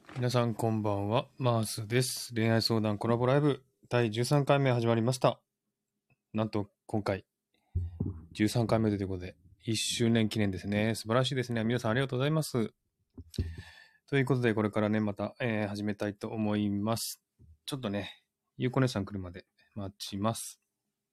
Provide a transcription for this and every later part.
皆さんこんばんは、マースです。恋愛相談コラボライブ第13回目始まりました。なんと今回13回目ということで1周年記念ですね。素晴らしいですね。皆さんありがとうございます。ということでこれからねまた、始めたいと思います。ちょっとねゆうこ姉さん来るまで待ちます。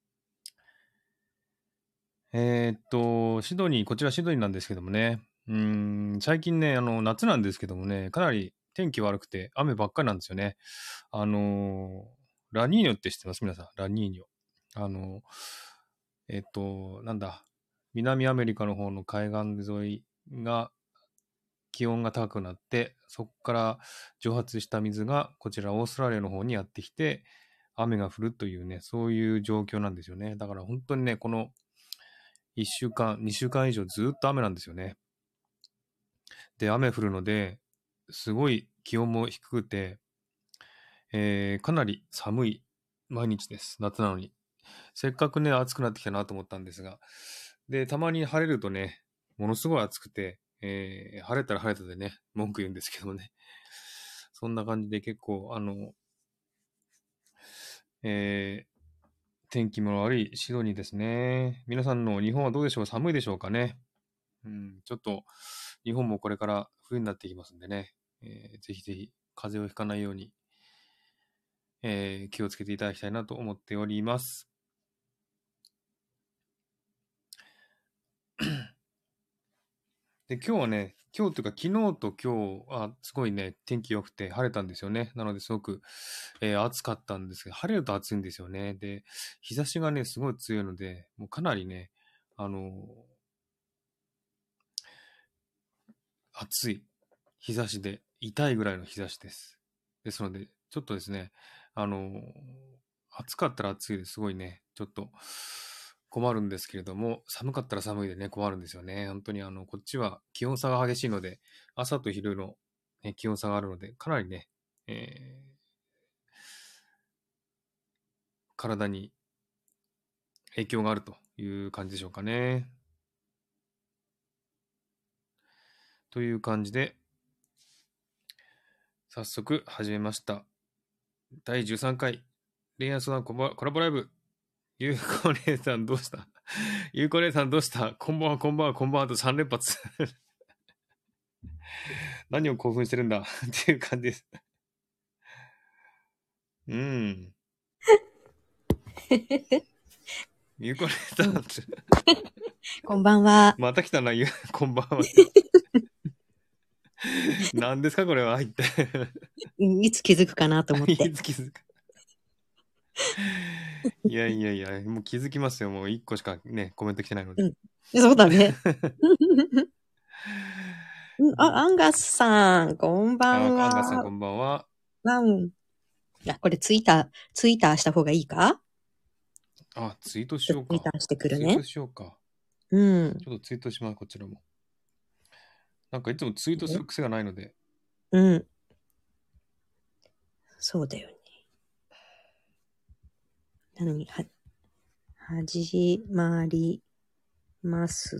シドニー、こちらシドニーなんですけどもね、最近ね夏なんですけどもね、かなり天気悪くて雨ばっかりなんですよね。ラニーニョって知ってます皆さん。ラニーニョ。なんだ、南アメリカの方の海岸沿いが気温が高くなって、そこから蒸発した水がこちらオーストラリアの方にやってきて、雨が降るというね、そういう状況なんですよね。だから本当にね、この1週間、2週間以上ずっと雨なんですよね。で、雨降るので、すごい気温も低くて、かなり寒い毎日です。夏なのに。せっかくね、暑くなってきたなと思ったんですが。で、たまに晴れるとね、ものすごい暑くて、晴れたら晴れたでね、文句言うんですけどね。そんな感じで結構、天気も悪いシドニーですね。皆さんの日本はどうでしょう？寒いでしょうかね。ちょっと、日本もこれから冬になっていきますんでね、ぜひぜひ風邪をひかないように、気をつけていただきたいなと思っております。で、今日はね、今日というか昨日と今日はすごいね、天気良くて晴れたんですよね。なのですごく、暑かったんですけど、晴れると暑いんですよね。で、日差しがね、すごい強いので、もうかなりね、あの暑い日差しで、痛いぐらいの日差しです。ですので、ちょっとですね、あの暑かったら暑いですごいね、ちょっと困るんですけれども、寒かったら寒いでね、困るんですよね。本当にこっちは気温差が激しいので、朝と昼の、ね、気温差があるので、かなりね、体に影響があるという感じでしょうかね。という感じで、早速始めました。第13回恋愛相談コラボライブ。ゆうこ姉さんどうした？ゆうこ姉さんどうした？こんばんは、こんばんは、こんばんはと3連発。何を興奮してるんだっていう感じです。ゆうこ姉さん、 こんばんは。 また来たな、こんばんは。何ですかこれは一体。 いつ気づくかなと思っいて。 つ気づく？いやいやいや、もう気づきますよ。もう1個しかね、コメント来てないので。 そうだね。アンガスさん、こんばんアンガスさんこは。 んばんは。 これツイッターした方がいいか？ ツイートしツようか。 イッターしてくるツイートね。 しようか。 うん。 ちょっとツイートします、こちらも。なんかいつもツイートする癖がないので。 うん。そうだよね。始まりました。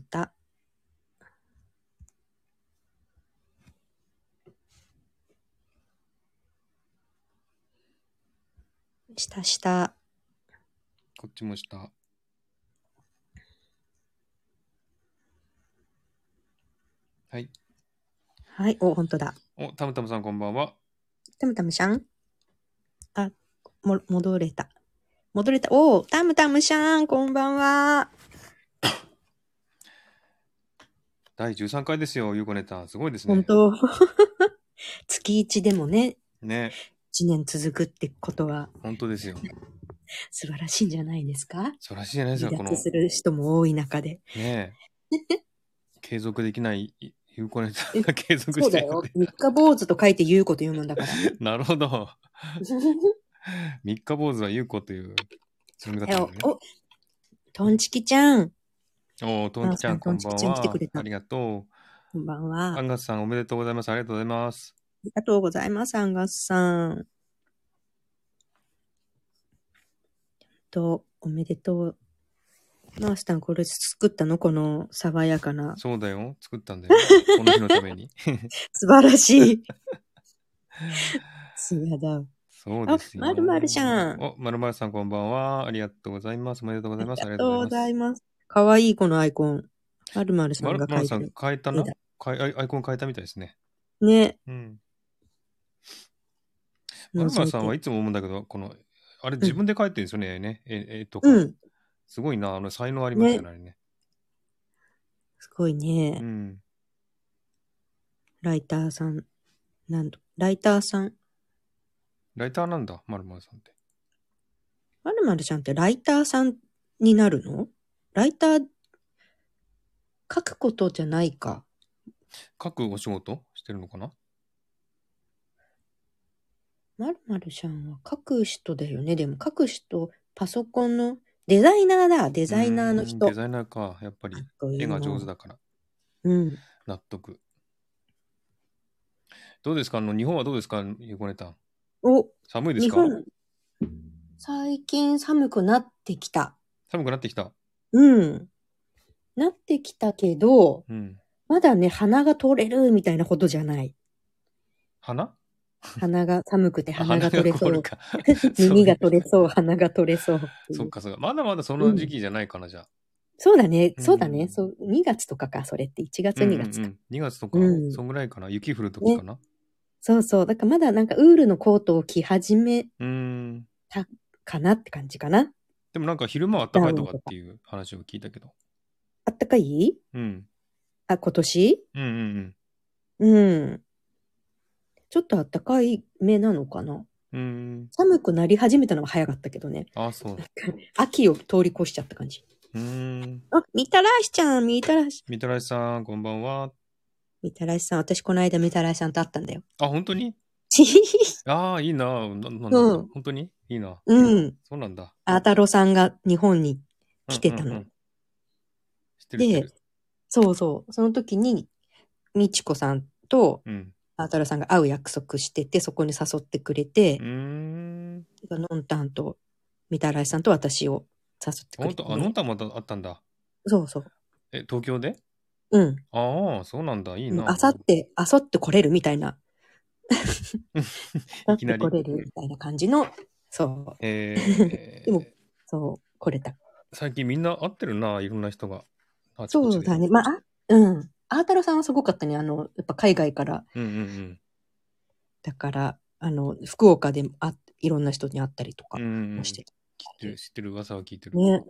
下。 こっちも下。はい。 はい、本当だ。 たむたむさんこんばんは。 たむたむしゃん？戻れた。たむたむしゃん、こんばんは。 第13回ですよ、ゆうこねたん。すごいですね。 本当月1でもね、 ね。 1年続くってことは、 本当ですよ。 素晴らしいんじゃないですか？ 素晴らしいじゃないですか、この。 離脱する人も多い中で。 ねえ。継続できないゆうこねたんが継続そうだよ。 していくって。 三日坊主と書いて言うこと読むんだから。 なるほど。三日坊主はゆうこという読み方なんですね。 トンチキちゃん。 とんきちゃんこんばんは。ありがとう。 こんばんは。 アンガスさんおめでとうございます。ありがとうございます。 ありがとうございます、アンガスさん。おめでとう。マースタンこれ作ったの？この爽やかな。 そうだよ。作ったんだよ。この日のために。 素晴らしい。 やだ。 そうですよ。 まるまるちゃん。 お、まるまるさんこんばんは。ありがとうございます。おめでとうございます。ありがとうございます。 かわいいこのアイコン。まるまるさんがまるさん描いてる変えたな絵だ。 アイコン変えたみたいですね。 ね。 うん。まるまるさんはいつも思うんだけど、あれ自分で描いてるんですよね、絵とか。 うん。 すごいな、才能ありますよね、あれね。 すごいね。 うん。 ライターさん。ライターさん。 ライターなんだ、まるまるさんって。 まるまるちゃんってライターさんになるの？ライター、書くことじゃないか。 書くお仕事してるのかな？ まるまるちゃんは書く人だよね。でも書く人、パソコンのデザイナーだ。デザイナーの人。 デザイナーか。やっぱり絵が上手だから。 うん。 納得。どうですか？日本はどうですか？ゆこねたん。寒いですか？ 日本、最近寒くなってきた。 寒くなってきた。 うん。なってきたけど、 うん。 まだね、鼻が取れるみたいなことじゃない。 鼻が寒くて鼻が取れそう。 か耳が取れそう、鼻が取れそう。 そっかそっか。まだまだその時期じゃないかな、じゃあ。 そうだね。そうだね。2月とかか、それって。1月、2月か。 2月とか、そんぐらいかな。雪降る時かな。 そうそう。だからまだなんかウールのコートを着始めたかなって感じかな。 でもなんか昼間は暖かいとかっていう話を聞いたけど。 あったかい？ うん。 今年？うん。ちょっと暖かい目なのかな。寒くなり始めたのは早かったけどね。 あ、そう。 秋を通り越しちゃった感じ。みたらしちゃん、みたらし。 みたらしさん、こんばんは。 みたらしさん、私この間みたらしさんと会ったんだよ。 あ、本当に？ああ、いいな。本当にいいな。 うん。 そうなんだ。 あたろさんが日本に来てたの。で、そうそう。その時に、みちこさんと、あたろさんが会う約束してて、そこに誘ってくれて、のんたんと、みたらしさんと私を誘ってくれて、ね。 のんたんもあったんだ。 そうそう。 東京で？ うん。 ああ、そうなんだ。いいな。 あさって来れるみたいな。 いきなり。 来れるみたいな感じの、そう。でも、そう、来れた。 最近みんな会ってるな、いろんな人が。 そうだね。まあ、うん。あーたろさんはすごかったね。やっぱ海外から。だから、福岡でいろんな人に会ったりとかしてた。 知ってる噂は聞いてる。 ね。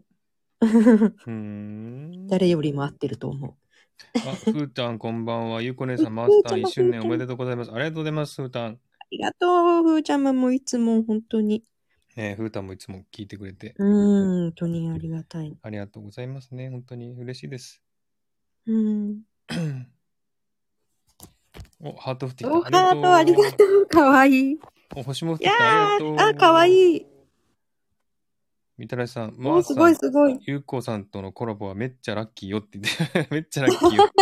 誰よりも会ってると思う。 ふーたんこんばんは。ゆうこ姉さん、マスター1周年おめでとうございます。ありがとうございます、ふーたん。 ありがとう、ふーちゃんもいつも本当に。 ふーたんもいつも聞いてくれて。 本当にありがたい。 ありがとうございますね。本当に嬉しいです。お、ハート降ってきた。 ハートありがとう。かわいい。 星も降ってきた。ありがとう。 かわいい。 みたらしさん、 すごいすごい。 ゆうこさんとのコラボはめっちゃラッキーよって言って、めっちゃラッキーよ。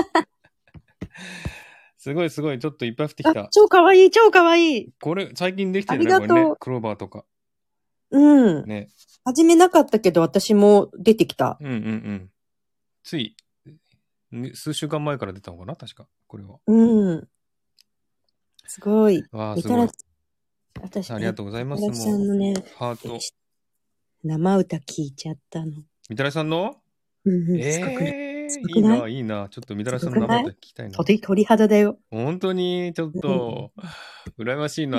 すごいすごい、ちょっといっぱい降ってきた。 超かわいい、超かわいい。 これ、最近できてるね、これね。クローバーとか。ね。 始めなかったけど、私も出てきた。 つい、数週間前から出たのかな、確か。これは。 すごい。 わあ、すごい。 私、 ありがとうございます。 みたらしさんのね、 ハート。 生歌聞いちゃったの。 みたらしさんの？ いいな、いいな。ちょっとみたらしさんの生歌聞きたいな。 鳥肌だよ。 本当に、ちょっと、羨ましいな。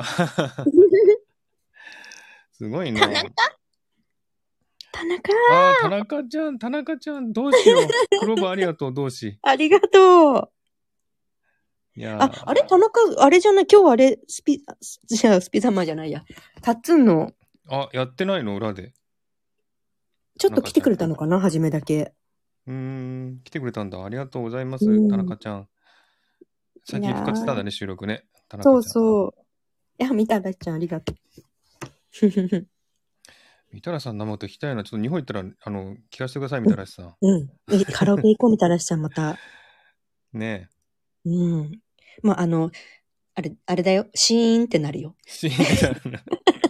すごいな。 田中田中ちゃん、どうしよう。クローバーありがとう、同志。 ありがとう。 いやあれ田中、あれじゃない、今日あれ、スピザマじゃないや。タッツンの。 やってないの裏で。 ちょっと来てくれたのかな、初めだけ。 来てくれたんだ。ありがとうございます、田中ちゃん。最近復活したんだね、収録ね。田中ちゃん。そう。 いや、みたらしちゃん、ありがとう。 みたらしさん生歌聞きたいな。ちょっと日本行ったら、聞かせてください、みたらしさん。 カラオケ行こう、みたらしさん、また。 ねえ。まあ、あれだよ。シーンってなるよ。 シーンってなる。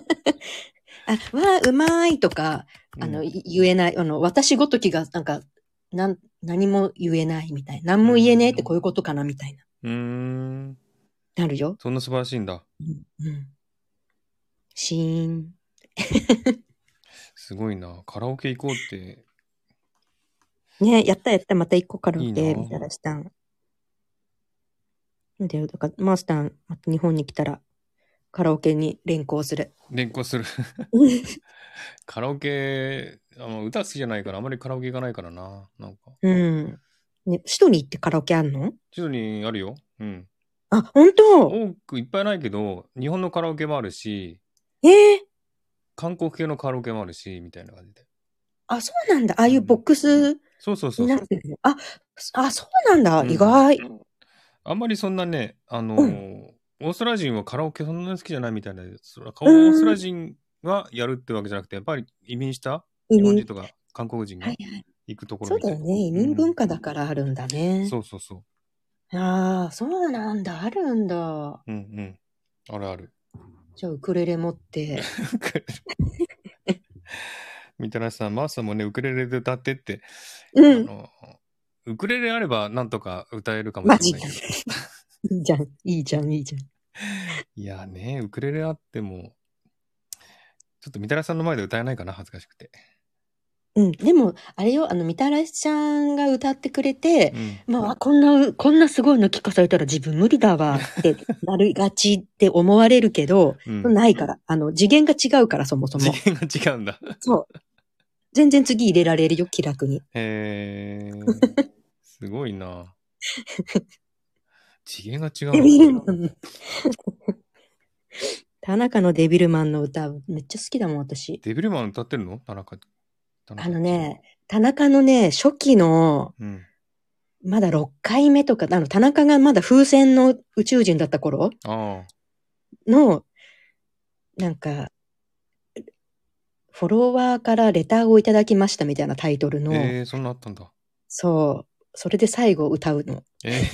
うまーいとか、言えない。私ごときが、なんか、何も言えないみたいな。何も言えねえってこういうことかなみたいな。 なるよ。 そんな素晴らしいんだ。 うん。シーン。 すごいな。カラオケ行こうって。 ね、やった、また行こうカラオいいケ、 な。 みたいなしたん。で、だから、マスター、また日本に来たら、カラオケに連行する。 連行する。カラオケ、歌好きじゃないから、あまりカラオケ行かないからな。なんか。 うん。ね、首都に行ってカラオケあんの？ 首都にあるよ。うん。 あ、本当？ 多くいっぱいないけど、日本のカラオケもあるし、韓国系のカラオケもあるし、みたいな感じで。 あ、そうなんだ。ああいうボックスそうそうそうそう。 になってるの。そうなんだ。意外。 あんまりそんなね、オーストラリア人はカラオケそんなに好きじゃないみたいな、オーストラリア人がやるってわけじゃなくて、やっぱり移民した日本人とか韓国人が行くところみたいな。 そうだよね。移民文化だからあるんだね。 そうそうそう。 ああ、そうなんだ。あるんだ。 うんうん。あるある。 じゃあ、ウクレレ持って。 みたらしさん、マースさんもね、ウクレレで歌ってって、ウクレレあればなんとか歌えるかもしれないけど。 いいじゃん、いいじゃん、いいじゃん。 いやね、ウクレレあっても、ちょっとみたらしさんの前で歌えないかな、恥ずかしくて。 うん。でも、あれよ、みたらしちゃんが歌ってくれて、まあ、こんなすごいの聞かされたら自分無理だわってなるがちって思われるけど、ないから。次元が違うから、そもそも。 次元が違うんだ。 そう。全然次入れられるよ、気楽に。 すごいな。次元が違うデビルマン。田中のデビルマンの歌、めっちゃ好きだもん、私。 デビルマン歌ってるの？田中田中のね、初期の、まだ6回目とか、田中がまだ風船の宇宙人だった頃の、なんか、フォロワーからレターをいただきましたみたいなタイトルの。 そんなあったんだ。 そう。それで最後歌うの。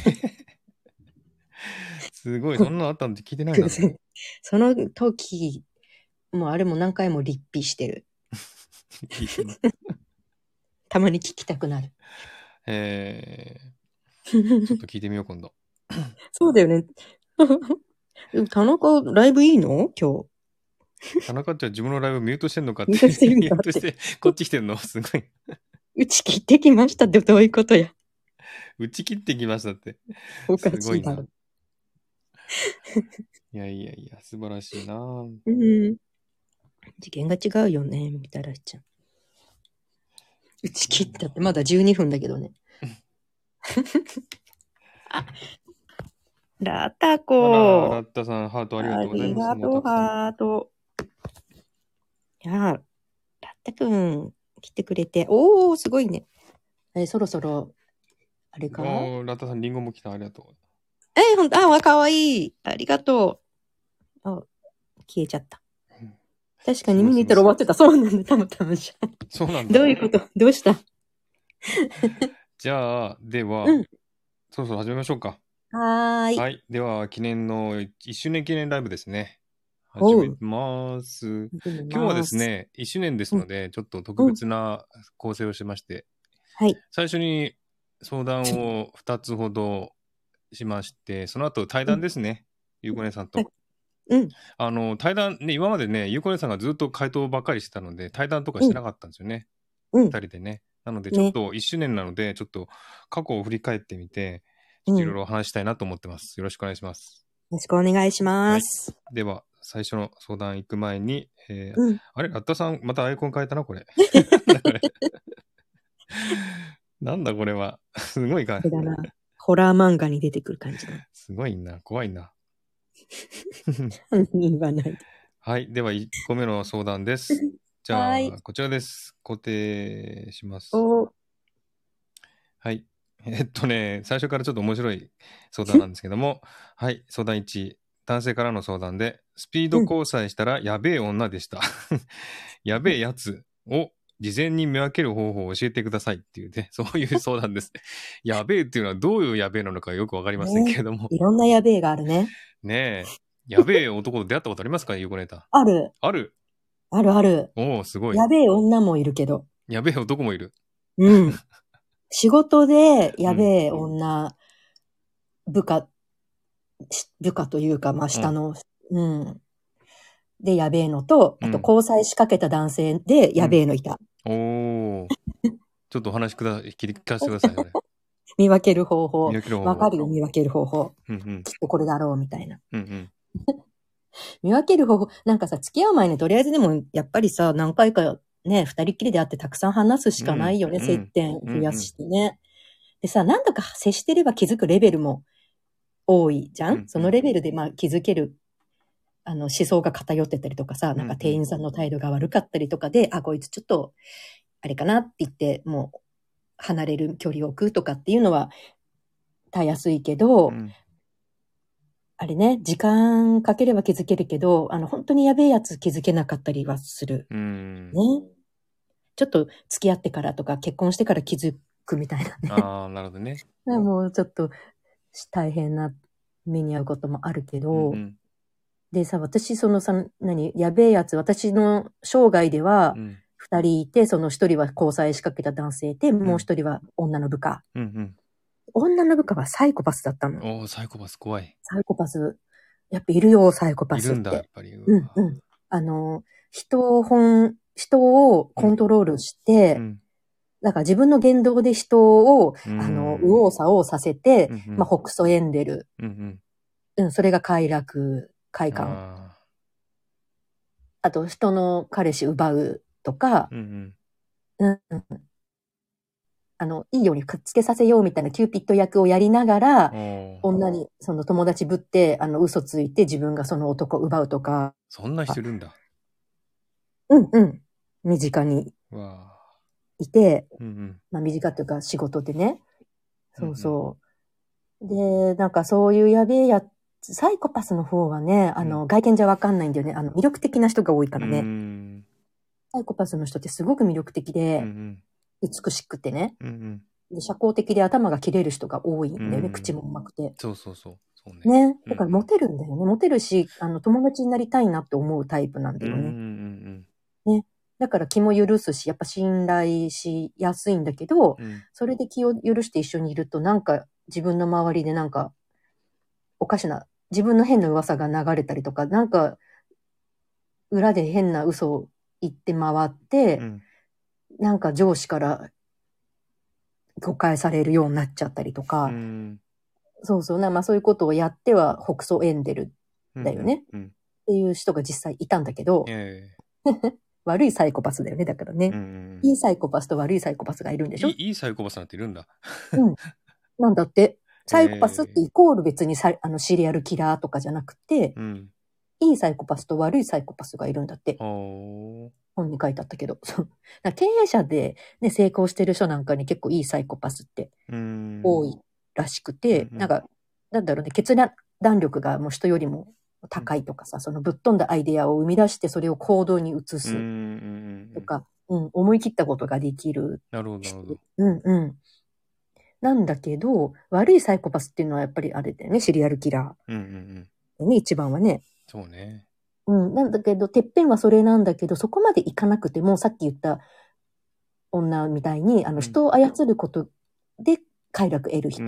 すごい、そんなあったんって聞いてないな。 その時、もうあれも何回もリッピしてる。たまに聞きたくなる。 ちょっと聞いてみよう、今度。 そうだよね。田中、ライブいいの？今日。田中って自分のライブミュートしてんのかって。 ミュートしてるんだって。 ミュートして、こっち来てんの？すごい。 打ち切ってきましたってどういうことや。 打ち切ってきましたって。 おかしいだろ。 いやいやいや、素晴らしいな。 次元が違うよね、みたらしちゃん。打ち切ったってまだ12分だけどね。ラタコ。 ラッタさん、ハートありがとうございます。 ありがとう、ハート。いや、ラッタくん、来てくれて。おー、すごいね。そろそろ、あれか？ラッタさん、リンゴも来た。ありがとう。 ほんと、かわいい。ありがとう。消えちゃった。確かに見に行ったら終わってた。そうなんだ、たまたまじゃん。 そうなんだ。 どういうこと？どうした？ じゃあ、では、そろそろ始めましょうか。 はい。 では、記念の1周年記念ライブですね。始めます。今日はですね、1周年ですので、ちょっと特別な構成をしまして、最初に相談を2つほどしまして、その後対談ですね、ゆうこねさんと。対談ね、今までね、ゆうこねさんがずっと回答ばっかりしてたので、対談とかしてなかったんですよね。2人でね。なので、ちょっと1周年なので、ちょっと過去を振り返ってみて、いろいろ話したいなと思ってます。よろしくお願いします。 よろしくお願いします。 では、最初の相談行く前に、あれラッタさん、またアイコン変えたな、これ。なんだこれは。すごいか。 ホラー漫画に出てくる感じだ。 すごいな、怖いな。 言わない。 はい。では、1個目の相談です。じゃあ、こちらです。固定します。はい。最初からちょっと面白い相談なんですけども、はい。相談1、男性からの相談で、スピード交際したらやべえ女でした。やべえやつを事前に見分ける方法を教えてくださいっていうね、そういう相談です。やべえっていうのはどういうやべえなのかよくわかりませんけれども。 いろんなやべえがあるね。 ねえ。やべえ男と出会ったことありますか？ゆうこネタ。 ある。 ある。 あるある。 おー、すごい。 やべえ女もいるけど。 やべえ男もいる。 仕事でやべえ女、部下部下というか、まあ下の、で、やべえのと、あと交際しかけた男性でやべえのいた。 おー。ちょっとお話聞かせてください、それ。 見分ける方法。 見分ける方法。 わかるよ、見分ける方法。きっとこれだろう、みたいな。見分ける方法。なんかさ、付き合う前にとりあえずでも、やっぱりさ、何回かね、二人っきりで会ってたくさん話すしかないよね、接点増やしてね。でさ、何とか接してれば気づくレベルも多いじゃん、そのレベルでまあ気づける、思想が偏ってたりとかさ、なんか店員さんの態度が悪かったりとかで、あ、こいつちょっと、あれかなって言って、もう、離れる距離を置くとかっていうのは、たやすいけど、あれね、時間かければ気づけるけど、本当にやべえやつ気づけなかったりはする。ね。ちょっと付き合ってからとか結婚してから気づくみたいなね。 ああ、なるほどね。 もうちょっと大変な目に遭うこともあるけど、でさ、私やべえやつ、私の生涯では、二人いて、その一人は交際しかけた男性で、もう一人は女の部下。女の部下はサイコパスだったの。 サイコパス怖い。 サイコパス。やっぱいるよ、サイコパスって。いるんだ、やっぱり。 人をコントロールして、だから自分の言動で人を、右往左往させて、まあ、ほくそ笑んでる。それが快感。あと、人の彼氏奪うとか、いいようにくっつけさせようみたいなキューピッド役をやりながら、女にその友達ぶって、嘘ついて自分がその男を奪うとか。 そんな人いるんだ。 身近にいて、まあ身近というか仕事でね。そうそう。で、なんかそういうやべえやつ、サイコパスの方はね、外見じゃわかんないんだよね。魅力的な人が多いからね。サイコパスの人ってすごく魅力的で、美しくてね。で社交的で頭が切れる人が多いんだよね。口もうまくて。 そうね。だからモテるんだよね。モテるし、友達になりたいなって思うタイプなんだよね。ね。だから気も許すし、やっぱ信頼しやすいんだけど、それで気を許して一緒にいると、なんか自分の周りでなんか、おかしな、自分の変な噂が流れたりとか、なんか、裏で変な嘘を言って回って、なんか上司から誤解されるようになっちゃったりとか、そうそう、まあそういうことをやっては、ほくそ笑んでるんだよね。っていう人が実際いたんだけど、悪いサイコパスだよね、だからね。いいサイコパスと悪いサイコパスがいるんでしょ？ いいサイコパスなんているんだ。 なんだって。サイコパスってイコール別にシリアルキラーとかじゃなくて、いいサイコパスと悪いサイコパスがいるんだって。本に書いてあったけど。経営者で、ね、成功してる人なんかに結構いいサイコパスって多いらしくて、なんか、なんだろうね、決断力がもう人よりも高いとかさ、そのぶっ飛んだアイデアを生み出してそれを行動に移すとか、思い切ったことができる。 なるほど。 なんだけど、悪いサイコパスっていうのはやっぱりあれだよね、シリアルキラー。ね、一番はね。 そうね。 なんだけど、てっぺんはそれなんだけど、そこまでいかなくても、さっき言った女みたいに、人を操ることで快楽得る人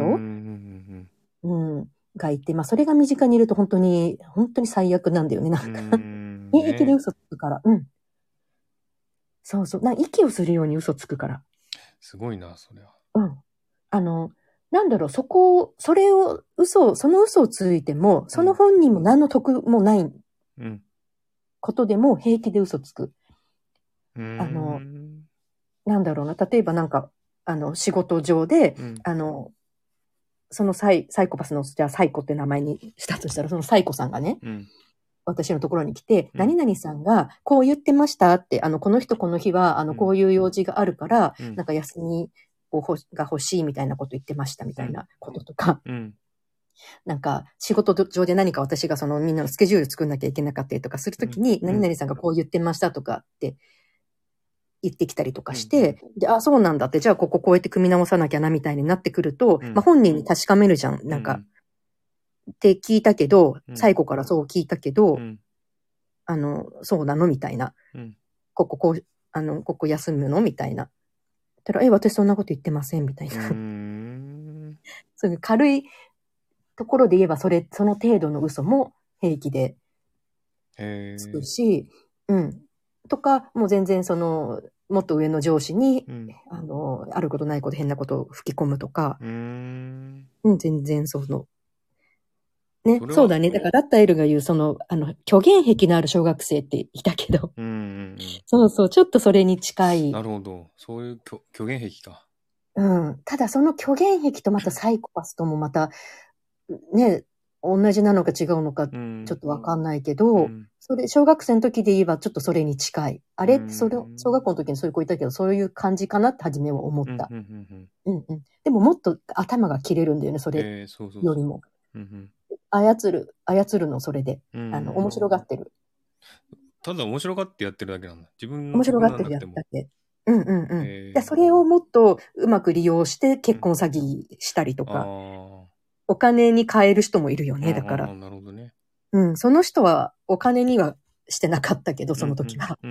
がいて、まあ、それが身近にいると本当に最悪なんだよね、なんか。平気で嘘つくから。そうそう。息をするように嘘つくから。 すごいな、それは。 なんだろう、その嘘をついても、その本人も何の得もないことでも平気で嘘つく。なんだろうな、例えばなんか、仕事上で、そのサイコパスの、じゃあサイコって名前にしたとしたら、そのサイコさんがね、私のところに来て、何々さんがこう言ってましたって、この人この日は、こういう用事があるから、なんか休みが欲しいみたいなこと言ってましたみたいなこととか、なんか仕事上で何か私がみんなのスケジュール作んなきゃいけなかったりとかするときに、何々さんがこう言ってましたとかって言ってきたりとかして、で、あ、そうなんだって、じゃあこうやって組み直さなきゃなみたいになってくると、まあ本人に確かめるじゃん、なんか。って聞いたけど、最後からそう聞いたけど、そうなのみたいな。ここ休むのみたいな。たら、私そんなこと言ってませんみたいな。そういう軽いところで言えばその程度の嘘も平気でつくし、とか、もう全然もっと上の上司に、あることないこと変なことを吹き込むとか、全然ね、そうだね。だから、ラッタエルが言う、虚言癖のある小学生っていたけど、そうそう、ちょっとそれに近い。 なるほど。そういう虚言癖か。 ただ、その虚言癖とまたサイコパスともまた、ね、同じなのか違うのか、ちょっとわかんないけど、それ、小学生の時で言えばちょっとそれに近い。あれって小学校の時にそういう子いたけど、そういう感じかなって初めは思った。でももっと頭が切れるんだよね、それよりも。操るの、それで。面白がってる。 ただ面白がってやってるだけなんだ。自分の面白がってるやつだけ。それをもっとうまく利用して結婚詐欺したりとか、お金に換える人もいるよね、だから。 なるほどね。 その人はお金にはしてなかったけど、その時は。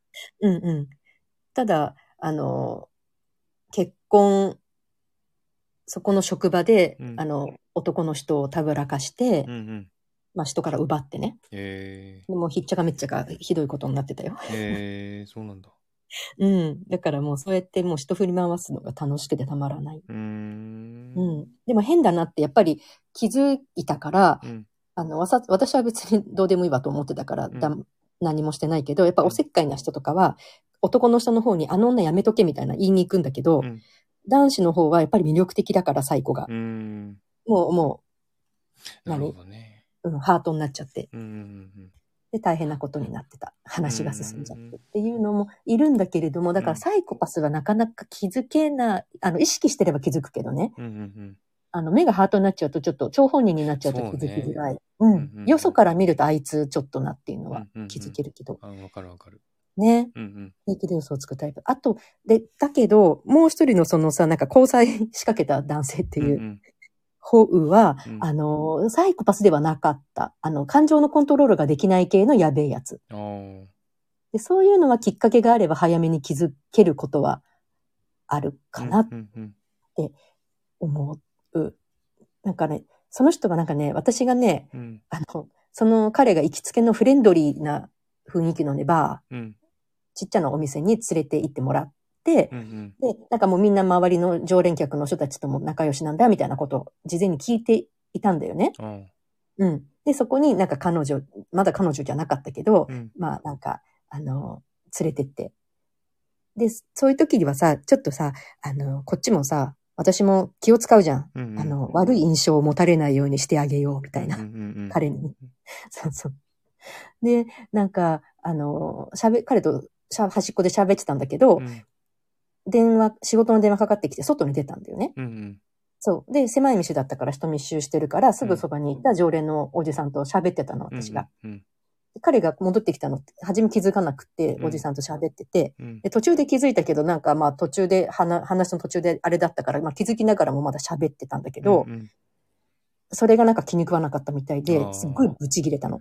ただ、結婚、そこの職場で、男の人をたぶらかして、まあ人から奪ってね。もうひっちゃかめっちゃかひどいことになってたよ。 そうなんだ。 だからもうそうやってもう人振り回すのが楽しくてたまらない。でも変だなってやっぱり気づいたから、私は別にどうでもいいわと思ってたから、何もしてないけど、やっぱおせっかいな人とかは、男の人の方にあの女やめとけみたいな言いに行くんだけど、男子の方はやっぱり魅力的だから、サイコが。もう、 なるほどね。 ハートになっちゃって。で、大変なことになってた。話が進んじゃってっていうのもいるんだけれども、だからサイコパスはなかなか気づけない、意識してれば気づくけどね。目がハートになっちゃうとちょっと張本人になっちゃうと気づきづらい。よそから見るとあいつちょっとなっていうのは気づけるけど。 わかるわかる。 ね。平気で嘘をつくタイプ。あと、だけど、もう一人のなんか交際仕掛けた男性っていう、方は、サイコパスではなかった。感情のコントロールができない系のやべえやつ。でそういうのはきっかけがあれば早めに気づけることはあるかなって思う。なんかね、その人がなんかね、私がね、その彼が行きつけのフレンドリーな雰囲気のね、バー、ちっちゃなお店に連れて行ってもらって、で、なんかもうみんな周りの常連客の人たちとも仲良しなんだみたいなことを事前に聞いていたんだよね。で、そこになんかまだ彼女じゃなかったけど、まあなんか、連れてって。で、そういう時にはさ、ちょっとさ、こっちもさ、私も気を使うじゃん。悪い印象を持たれないようにしてあげようみたいな。彼に。そうそう。で、なんか、彼と端っこで喋ってたんだけど、仕事の電話かかってきて外に出たんだよね。そう。で、狭い店だったから人密集してるから、すぐそばにいた常連のおじさんと喋ってたの、私が。彼が戻ってきたのって、初め気づかなくて、おじさんと喋ってて、で途中で気づいたけど、なんかまあ途中で、話の途中であれだったから、まあ気づきながらもまだ喋ってたんだけど、それがなんか気に食わなかったみたいで、すっごいブチ切れたの。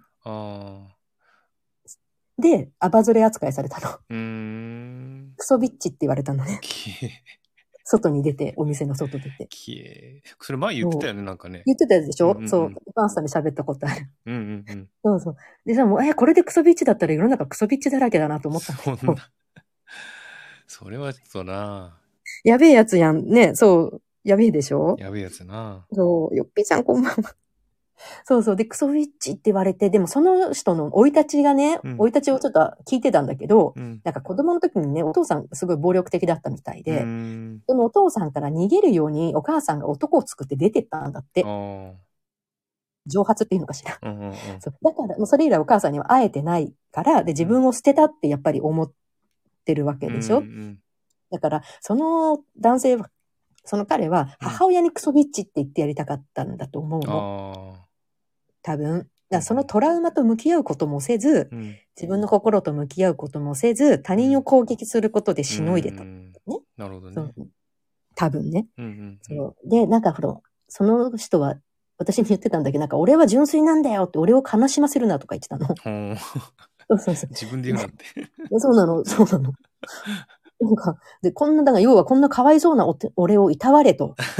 で、アバズレ扱いされたの。クソビッチって言われたのね。外に出て、お店の外出て。 それ前言ってたよね、なんかね。 言ってたやつでしょ、そう。お母さんに喋ったことある。そうそう。でさ、もう、これでクソビッチだったら世の中クソビッチだらけだなと思ったの。 それはちょっとな。 やべえやつやん。ね、そう。やべえでしょやべえやつな。 そう。よっぴーちゃんこんばんは。そうそう。で、クソビッチって言われて、でもその人の生い立ちがね、生い立ちをちょっと聞いてたんだけど、なんか子供の時にね、お父さんすごい暴力的だったみたいで、そのお父さんから逃げるようにお母さんが男を作って出てったんだって。蒸発っていうのかしら。そうだから、もうそれ以来お母さんには会えてないから、で、自分を捨てたってやっぱり思ってるわけでしょ。だから、その男性は、その彼は母親にクソビッチって言ってやりたかったんだと思うの。多分。そのトラウマと向き合うこともせず、自分の心と向き合うこともせず、他人を攻撃することでしのいでた、ね。 なるほどね。 多分ね。そうで、なんかその人は私に言ってたんだけど、なんか俺は純粋なんだよって、俺を悲しませるなとか言ってたの。そう。 自分で言うなって。 そうなの。なんか、で、だから要はこんなかわいそうな俺をいたわれと。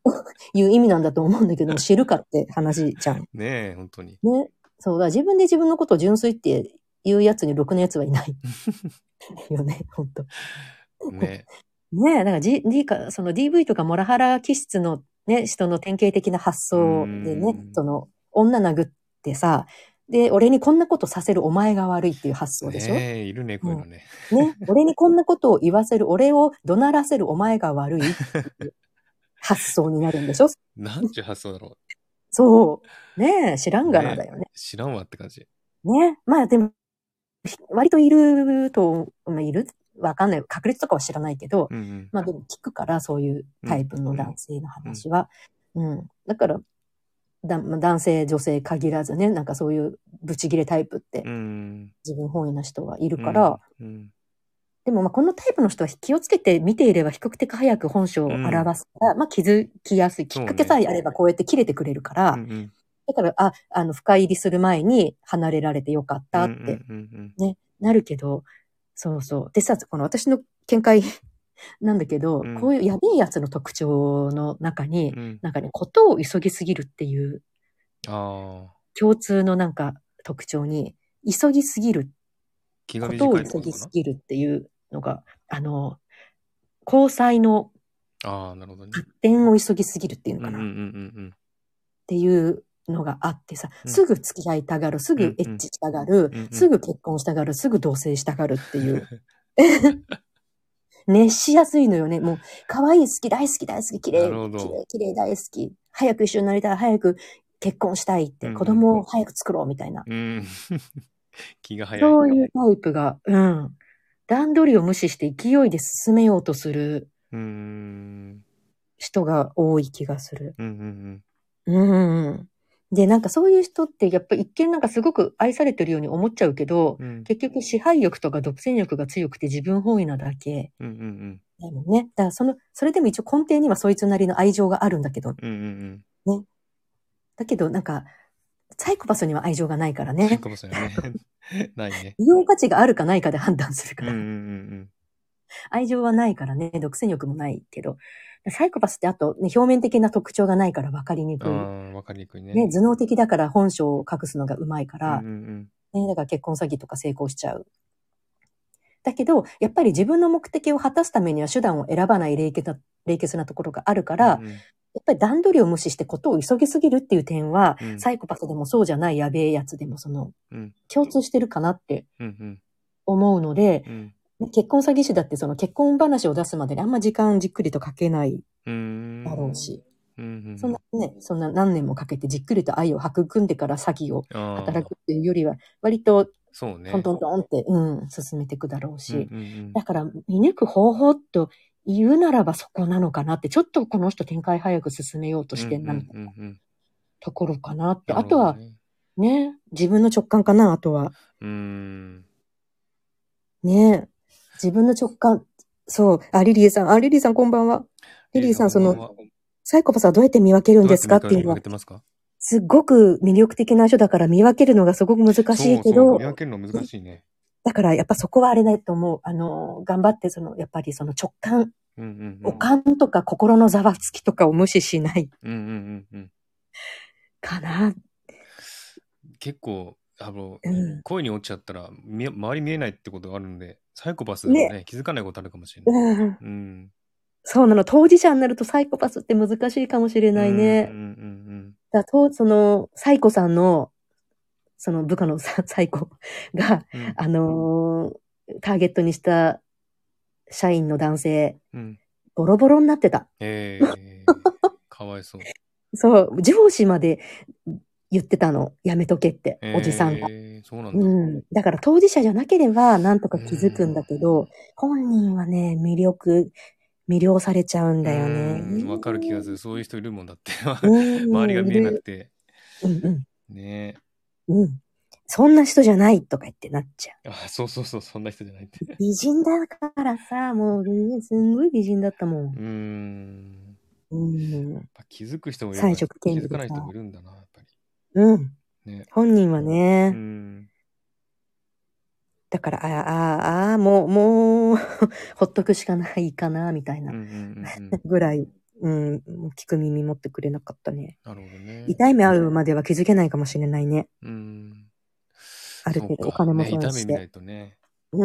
いう意味なんだと思うんだけど、知るかって話じゃん。 ねえ、本当に。 ね。そうだ、自分で自分のことを純粋って言うやつにろくなやつはいない。よね、本当。 ね。 ねえ、だから、その DV とかモラハラ気質のね、人の典型的な発想でね、その、女殴ってさ、で、俺にこんなことさせるお前が悪いっていう発想でしょ？ ねえ、いるね、こういうのね。 ね、俺にこんなことを言わせる、俺を怒鳴らせるお前が悪いっていう発想になるんでしょ？ なんちゅう発想だろう。 そう。ねえ、知らんがなだよね。 知らんわって感じ。 ね。まあでも、割といると、まあいるわかんない。確率とかは知らないけど、まあでも聞くから、そういうタイプの男性の話は。だから、男性、女性限らずね、なんかそういうブチギレタイプって、自分本位な人はいるから、でもまあこのタイプの人は気をつけて見ていれば比較的早く本性を表すから、まあ気づきやすい。きっかけさえあればこうやって切れてくれるから、だから、深入りする前に離れられてよかったって、ね、なるけど、そうそう。でさ、この私の見解なんだけど、こういうやべえやつの特徴の中に、なんかね、ことを急ぎすぎるっていう、共通のなんか特徴に、急ぎすぎる。ことを急ぎすぎるっていうのが、交際の発展を急ぎすぎるっていうのかな。っていうのがあってさ、すぐ付き合いたがる、すぐエッチしたがる、すぐ結婚したがる、すぐ同棲したがるっていう。熱しやすいのよね。もう、可愛い好き、大好き、大好き、綺麗、綺麗、大好き。早く一緒になりたい、早く結婚したいって、子供を早く作ろうみたいな。 気が早い。 そういうタイプが、段取りを無視して勢いで進めようとする人が多い気がする。で、なんかそういう人ってやっぱ一見なんかすごく愛されてるように思っちゃうけど、結局支配欲とか独占欲が強くて自分本位なだけ。だもんね。だからそれでも一応根底にはそいつなりの愛情があるんだけど。ね。だけどなんか、サイコパスには愛情がないからね。 サイコパスにはね。ないね。 利用価値があるかないかで判断するから。愛情はないからね、独占欲もないけど。サイコパスってあと、ね、表面的な特徴がないから分かりにくい。 分かりにくいね。 ね、頭脳的だから本性を隠すのがうまいから、ね、だから結婚詐欺とか成功しちゃう。だけど、やっぱり自分の目的を果たすためには手段を選ばない冷血なところがあるから、やっぱり段取りを無視してことを急ぎすぎるっていう点は、サイコパスでもそうじゃないやべえやつでも共通してるかなって思うので、結婚詐欺師だってその結婚話を出すまでにあんま時間じっくりとかけないだろうし、そんな何年もかけてじっくりと愛を育んでから詐欺を働くっていうよりは、割とトントントンって、進めていくだろうし、だから見抜く方法と言うならばそこなのかなって、ちょっとこの人展開早く進めようとしてんなみたいなところかなって、あとはね、自分の直感かな、あとは。ね、自分の直感、そう、リリーさんこんばんは。リリーさん、サイコパスはどうやって見分けるんですかっていうのは、すっごく魅力的な人だから見分けるのがすごく難しいけど、 見分けるの難しいね。 だからやっぱそこはあれだと思う。頑張ってやっぱりその直感、五感とか心のざわつきとかを無視しない。かな。 結構、恋に落ちちゃったら、周り見えないってことがあるんで、サイコパスでもね、気づかないことあるかもしれない。 そうなの。当事者になるとサイコパスって難しいかもしれないね。サイコさんの、その部下のサイコが、ターゲットにした社員の男性、ボロボロになってた。 かわいそう。 そう、上司まで言ってたの。やめとけって、おじさんが。 そうなんだ。 だから当事者じゃなければなんとか気づくんだけど、本人はね、魅了されちゃうんだよね。 わかる気がする。そういう人いるもんだって。周りが見えなくて。ねえ。そんな人じゃないとか言ってなっちゃう。 そう、そんな人じゃないって。 美人だからさ、もう、すんごい美人だったもん。気づく人もいるから、気づかない人もいるんだな、やっぱり。 ね、本人はね。だから、もう、ほっとくしかないかな、みたいなぐらい聞く耳持ってくれなかったね。 なるほどね。 痛い目合うまでは気づけないかもしれないね。ある程度お金もそうして。痛み見ないとね。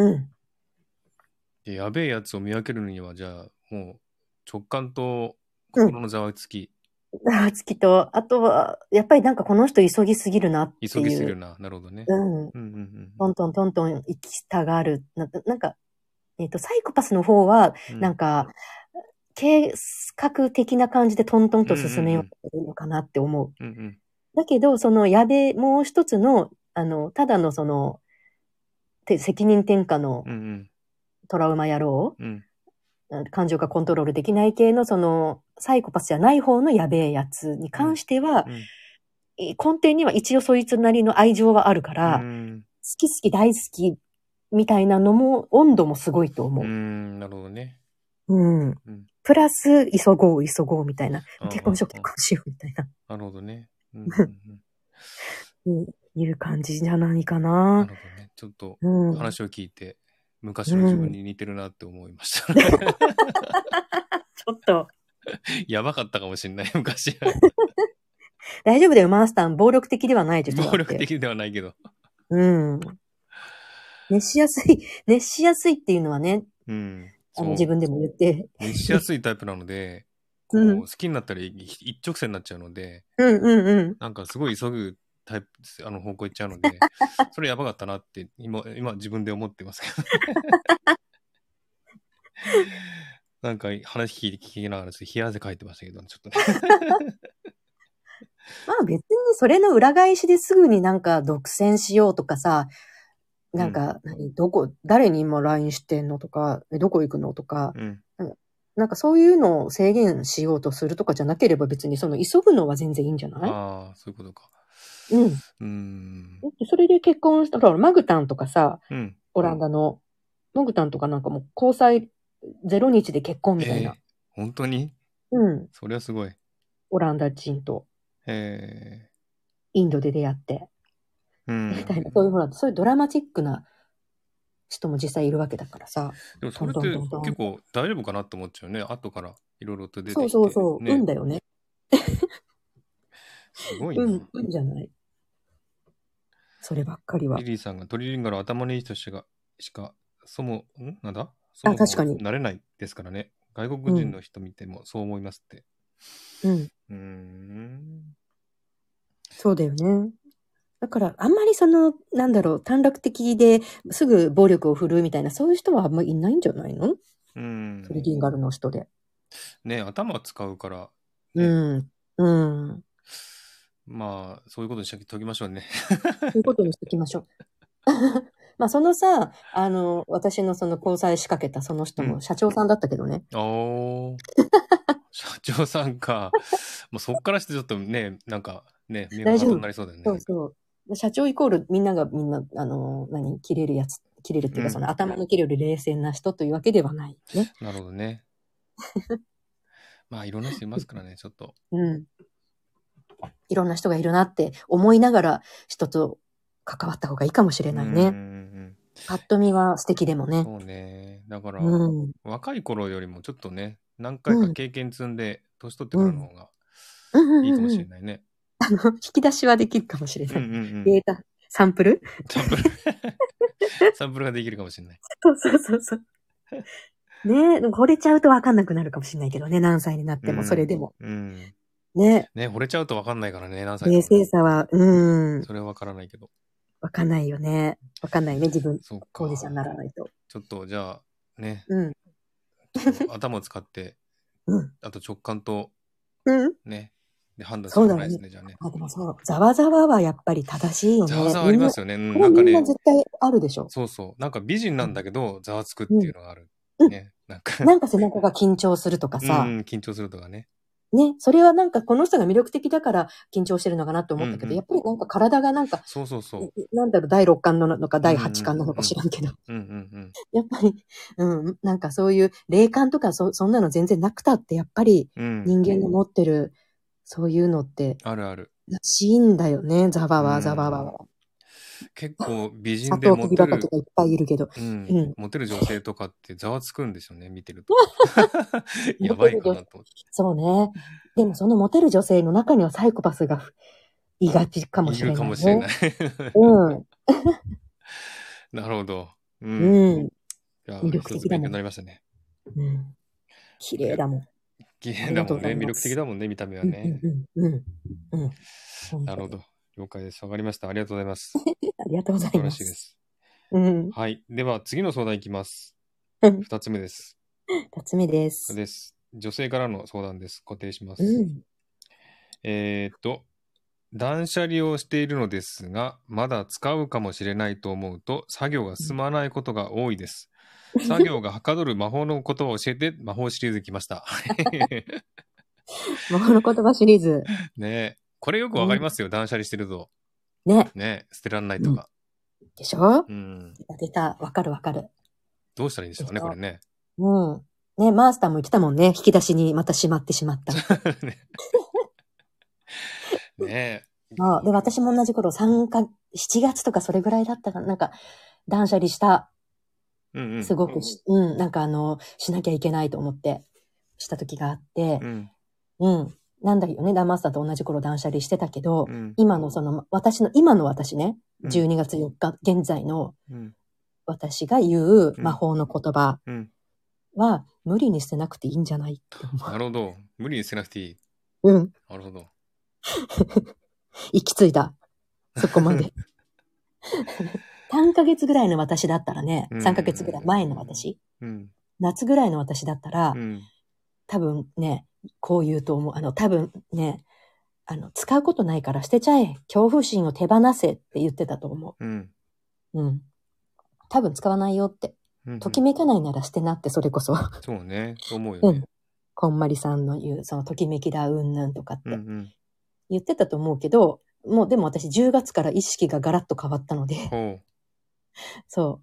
で、やべえやつを見分けるには、じゃあ、もう、直感と心のざわつき。 ざわつきと、あとは、やっぱりなんかこの人急ぎすぎるなっていう。 急ぎすぎるな。なるほどね。 トントントントン行きたがる。なんか、サイコパスの方は、なんか、計画的な感じでトントンと進めようとするのかなって思う。だけど、そのもう一つの、ただのその、責任転嫁のトラウマ野郎、感情がコントロールできない系のその、サイコパスじゃない方のやべえやつに関しては、根底には一応そいつなりの愛情はあるから、好き好き大好きみたいなのも、温度もすごいと思う。 なるほどね。 プラス、急ごうみたいな。結婚しようみたいな。 なるほどね。 いう感じじゃないかな。 なるほどね。ちょっと話を聞いて、昔の自分に似てるなって思いました。ちょっと。 やばかったかもしれない、昔。 大丈夫だよ、マースター。暴力的ではないでしょ。 暴力的ではないけど。 熱しやすいっていうのはね。自分でも言って。 熱しやすいタイプなので、好きになったら一直線になっちゃうので、なんかすごい急ぐタイプ、方向行っちゃうので、それやばかったなって、今自分で思ってますけど。なんか話聞きながら冷や汗かいてましたけど、ちょっとね。 まあ別にそれの裏返しですぐになんか独占しようとかさ、なんか、誰に今 LINE してんのとか、どこ行くのとか、なんかそういうのを制限しようとするとかじゃなければ別にその急ぐのは全然いいんじゃない？ ああ、そういうことか。 それで結婚したら、マグタンとかさ、オランダの、マグタンとかなんかもう交際0日で結婚みたいな。 本当に？それはすごい。 オランダ人と、インドで出会って、みたいな、そういうドラマチックな人も実際いるわけだからさ。 でもそれって結構大丈夫かなって思っちゃうね。後からいろいろと出てきて。 そう。運だよね。 すごいな。 運じゃない。そればっかりは。 リリーさんがトリリンガル頭のいい人しか、なんだ？ 確かに。 なれないですからね。外国人の人見てもそう思いますって。 そうだよね。だから、あんまり短絡的ですぐ暴力を振るうみたいな、そういう人はあんまりいないんじゃないの？トリリンガルの人で。 ね、頭使うから。まあ、そういうことにしておきましょうね。 そういうことにしておきましょう。まあ、そのさ、私のその交際仕掛けたその人も社長さんだったけどね。 社長さんか。もうそっからしてちょっとね、なんかね、 見事になりそうだよね。 そう。社長イコールみんな、切れるっていうか、その頭の切れる冷静な人というわけではないね。 なるほどね。まあ、いろんな人いますからね、ちょっと。 いろんな人がいるなって思いながら人と関わった方がいいかもしれないね。パッと見は素敵でもね。 そうね。だから、若い頃よりもちょっとね、何回か経験積んで、年取ってからの方がいいかもしれないね。 引き出しはできるかもしれない。データ、サンプルサンプルができるかもしれない。 そう。ねえ、惚れちゃうと分かんなくなるかもしれないけどね、何歳になっても、それでも。ね、 惚れちゃうと分かんないからね、何歳冷静さは、 それは分からないけど。 分かんないよね。分かんないね、自分。当事者にならないと。 ちょっと、じゃあ、ね。頭を使って、あと直感と、ね。で、判断するしかないですね、じゃあね。 でもそう、ざわざわはやっぱり正しいよね。 ざわざわありますよね。 なんかね。みんな絶対あるでしょ。 そう。なんか美人なんだけど、ざわつくっていうのがある。ね。なんか背中が緊張するとかさ。 緊張するとかね。 ね、それはなんかこの人が魅力的だから緊張してるのかなと思ったけど、やっぱりなんか体がなんか、 そう。 第6巻なのか第8巻なのか知らんけど。やっぱり、なんかそういう霊感とかそんなの全然なくたって、やっぱり人間の持ってる、そういうのって。 ある。 らしいんだよね、ざわわ。 結構美人砂で糖首バカとかいっぱいいるけど。 モテる女性とかってざわつくんですよね、見てると。やばいかなと。 そうね。でもそのモテる女性の中にはサイコパスがいがちかもしれない、ね。いるかもしれない。 なるほど。 魅力的だもん。 勉強になりましたね。 綺麗だもん。 綺麗だもんね。魅力的だもんね、見た目はね。なるほど。了解です。わかりました。ありがとうございます。 ありがとうございます。 素晴らしいです。はい。では、次の相談いきます。2つ目です。 2つ目です。 女性からの相談です。固定します。断捨離をしているのですが、まだ使うかもしれないと思うと、作業が進まないことが多いです。作業がはかどる魔法の言葉を教えて、魔法シリーズ来ました。 魔法の言葉シリーズ。 ね、これよくわかりますよ、断捨離してると。 ね、 捨てらんないとか。 でしょ？出た。わかるわかる。 どうしたらいいんですかね、これね。 ね、マスターも言ってたもんね。引き出しにまたしまってしまった。 ねで、私も同じ頃7月とかそれぐらいだったかな。なんか、断捨離した。すごくなんかしなきゃいけないと思って、した時があって、なんだよね、マスターと同じ頃断捨離してたけど、今の今の私ね、12月4日、現在の私が言う魔法の言葉は、無理に捨てなくていいんじゃないって思う。 なるほど。無理に捨てなくていい。なるほど。 行き着いた。そこまで。3ヶ月ぐらいの私だったらね、3ヶ月ぐらい前の私、夏ぐらいの私だったら、多分ね、こう言うと思う。多分ね、使うことないから捨てちゃえ。恐怖心を手放せって言ってたと思う。多分使わないよって。ときめかないなら捨てなって、それこそ。 そうね。そう思うよね。 こんまりさんの言う、そのときめきだ、うんぬんとかって。言ってたと思うけど、もうでも私10月から意識がガラッと変わったので、そう。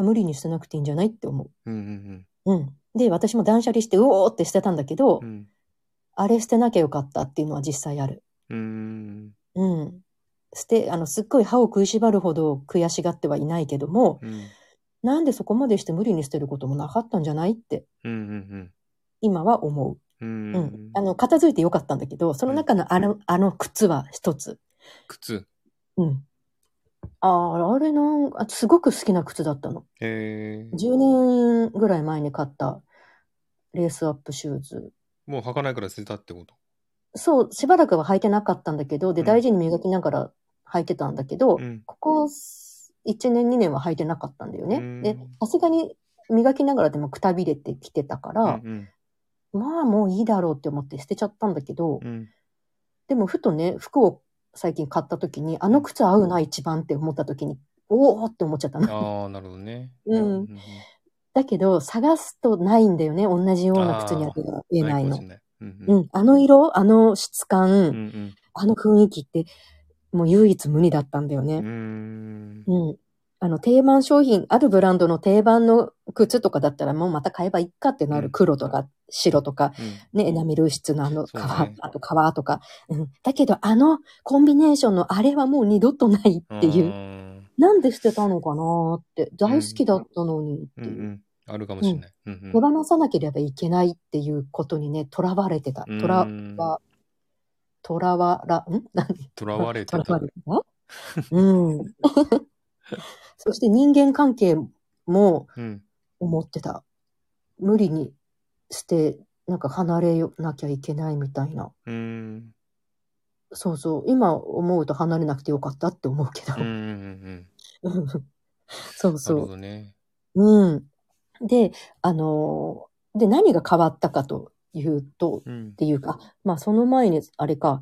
無理に捨てなくていいんじゃないって思う。で、私も断捨離して、うおーって捨てたんだけど、あれ捨てなきゃよかったっていうのは実際ある。すっごい歯を食いしばるほど悔しがってはいないけども、なんでそこまでして無理に捨てることもなかったんじゃないって、今は思う。片付いてよかったんだけど、その中のあの靴は一つ。 靴？ あれすごく好きな靴だったの。10年ぐらい前に買ったレースアップシューズ。 もう履かないから捨てたってこと？ そう、しばらくは履いてなかったんだけど、で、大事に磨きながら履いてたんだけど、ここ1年2年は履いてなかったんだよね。で、さすがに磨きながらでもくたびれてきてたから、まあもういいだろうって思って捨てちゃったんだけど、でもふとね、服を最近買った時に、あの靴合うな一番って思った時に、おーって思っちゃったの。 ああ、なるほどね。 だけど、探すとないんだよね。同じような靴には言えないの。あの色、あの質感、あの雰囲気って、もう唯一無二だったんだよね。定番商品、あるブランドの定番の靴とかだったらもうまた買えばいいかってなる。黒とか白とか、エナメル質のあと革とか。だけどコンビネーションのあれはもう二度とないっていう。なんで捨てたのかなって。大好きだったのにっていう。 あるかもしれない。 手放さなければいけないっていうことにね、とらわれてた。とらわれてたそして人間関係も思ってた。無理になんか離れなきゃいけないみたいな。そうそう。今思うと離れなくてよかったって思うけど。そうそう。 なるほどね。 で、何が変わったかというと、っていうか、まあその前に、あれか、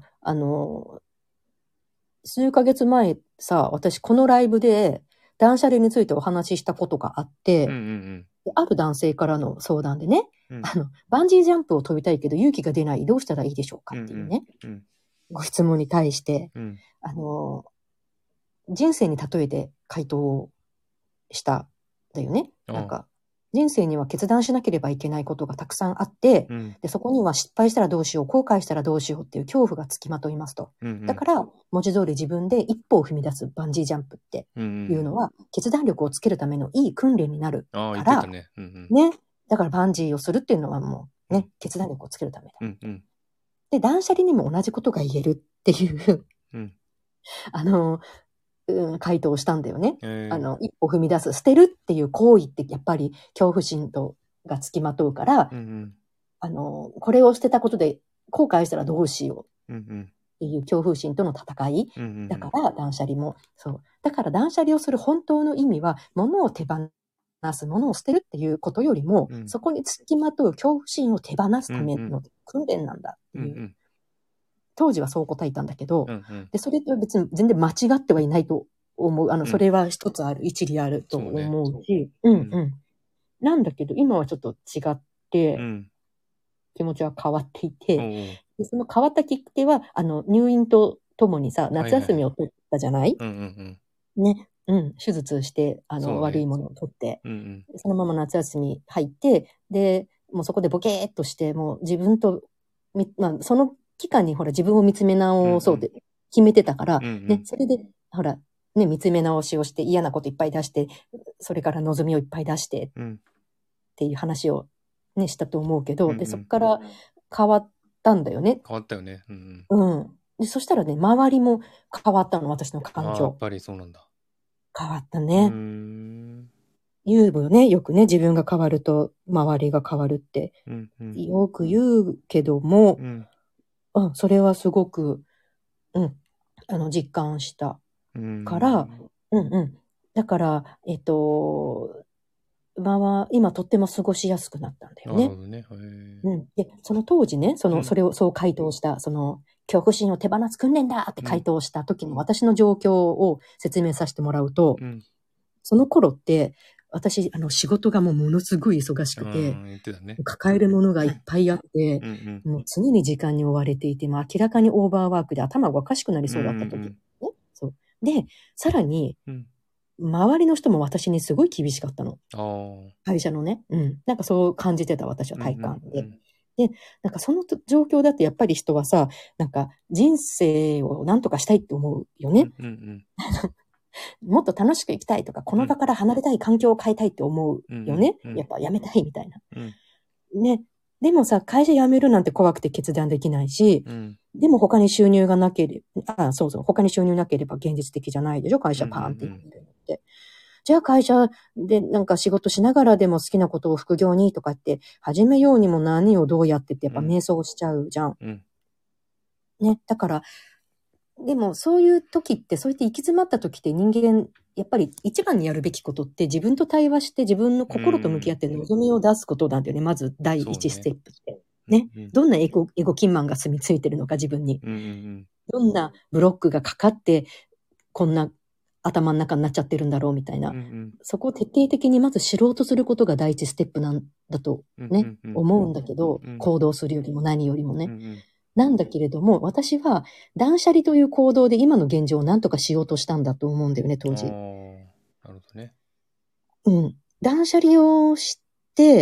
数ヶ月前さ、私このライブで断捨離についてお話ししたことがあって、ある男性からの相談でね、バンジージャンプを飛びたいけど勇気が出ない、どうしたらいいでしょうかっていうね、ご質問に対して、人生に例えて回答をしたんだよね。なんか、 人生には決断しなければいけないことがたくさんあって、で、そこには失敗したらどうしよう、後悔したらどうしようっていう恐怖がつきまといますと。だから、文字通り自分で一歩を踏み出すバンジージャンプっていうのは、決断力をつけるためのいい訓練になるから、ね。だからバンジーをするっていうのはもうね、決断力をつけるためだ。で、断捨離にも同じことが言えるっていう回答をしたんだよね。一歩踏み出す、捨てるっていう行為ってやっぱり恐怖心がつきまとうから、これを捨てたことで後悔したらどうしようっていう恐怖心との戦い。だから断捨離も、そう。だから断捨離をする本当の意味は、物を手放す、物を捨てるっていうことよりも、そこにつきまとう恐怖心を手放すための訓練なんだっていう。当時はそう答えたんだけど、で、それと別に全然間違ってはいないと思う。それは一つある、一理あると思うし、なんだけど、今はちょっと違って、気持ちは変わっていて、でその変わったきっかけは、入院とともにさ、夏休みを取ったじゃない？ね。手術して、悪いものを取って、そのまま夏休み入って、で、もうそこでボケーっとして、もう自分と、その期間にほら自分を見つめ直そうって決めてたから、ね、それで、ほら、ね、見つめ直しをして嫌なこといっぱい出して、それから望みをいっぱい出して、っていう話をね、したと思うけど、で、そこから変わったんだよね。 変わったよね。 で、そしたらね、周りも変わったの、私の環境。 やっぱりそうなんだ。 変わったね。言うよね、よくね、自分が変わると周りが変わるって、よく言うけども、それはすごく、実感したから、だから、今とっても過ごしやすくなったんだよね。 なるほどね。 で、その当時ね、それをそう回答した、恐怖心を手放す訓練だって回答した時の私の状況を説明させてもらうと、その頃って、私、仕事がものすごい忙しくて、抱えるものがいっぱいあって、もう常に時間に追われていて、明らかにオーバーワークで頭がおかしくなりそうだった時、そう。で、さらに、周りの人も私にすごい厳しかったの。会社のね。なんかそう感じてた、私は体感で。で、なんかその状況だとやっぱり人はさ、なんか人生を何とかしたいって思うよね。もっと楽しく生きたいとか、この場から離れたい、環境を変えたいって思うよね。やっぱ辞めたいみたいな。ね。でもさ、会社辞めるなんて怖くて決断できないし、でも他に収入がなければ、他に収入なければ現実的じゃないでしょ、会社パーンって辞めるのって。じゃあ会社でなんか仕事しながらでも好きなことを副業にとかって始めようにも何をどうやってってやっぱ迷走しちゃうじゃん。ね。だから、でもそういう時って、そうやって行き詰まった時って人間、やっぱり一番にやるべきことって自分と対話して自分の心と向き合って望みを出すことなんだよね。まず第一ステップって。ね。どんなエゴキンマンが住み着いてるのか自分に。どんなブロックがかかって、こんな頭の中になっちゃってるんだろうみたいな。そこを徹底的にまず知ろうとすることが第一ステップなんだとね、思うんだけど、行動するよりも何よりもね。なんだけれども、私は断捨離という行動で今の現状を何とかしようとしたんだと思うんだよね、当時。 なるほどね。 断捨離をして、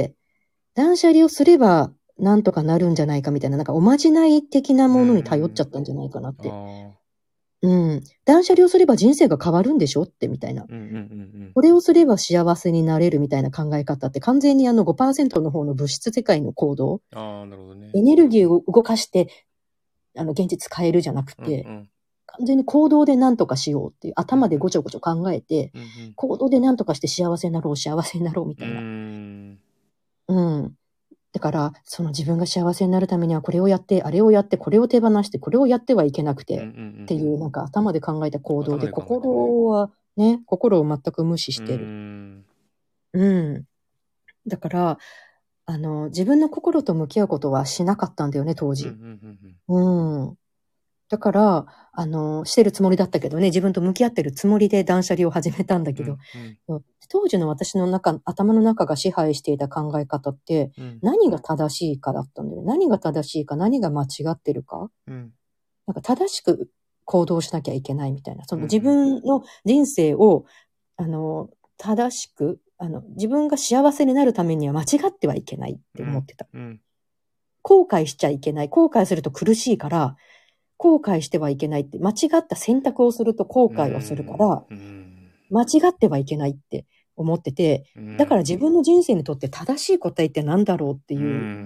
断捨離をすれば何とかなるんじゃないかみたいな、なんかおまじない的なものに頼っちゃったんじゃないかなって。断捨離をすれば人生が変わるんでしょってみたいな。これをすれば幸せになれるみたいな考え方って完全に5% の方の物質世界の行動。 なるほどね。 エネルギーを動かして、現実変えるじゃなくて、完全に行動で何とかしようっていう、頭でごちょごちょ考えて、行動で何とかして幸せになろうみたいな。だから、その自分が幸せになるためにはこれをやって、あれをやって、これを手放して、これをやってはいけなくて、っていう、なんか頭で考えた行動で、心を全く無視してる。だから、自分の心と向き合うことはしなかったんだよね、当時。だから、してるつもりだったけどね、自分と向き合ってるつもりで断捨離を始めたんだけど、当時の私の頭の中が支配していた考え方って、何が正しいかだったんだよね。何が正しいか、何が間違ってるか。なんか正しく行動しなきゃいけないみたいな。その自分の人生を、正しく自分が幸せになるためには間違ってはいけないって思ってた。後悔しちゃいけない。後悔すると苦しいから、後悔してはいけないって、間違った選択をすると後悔をするから、間違ってはいけないって思ってて、だから自分の人生にとって正しい答えって何だろうっていう、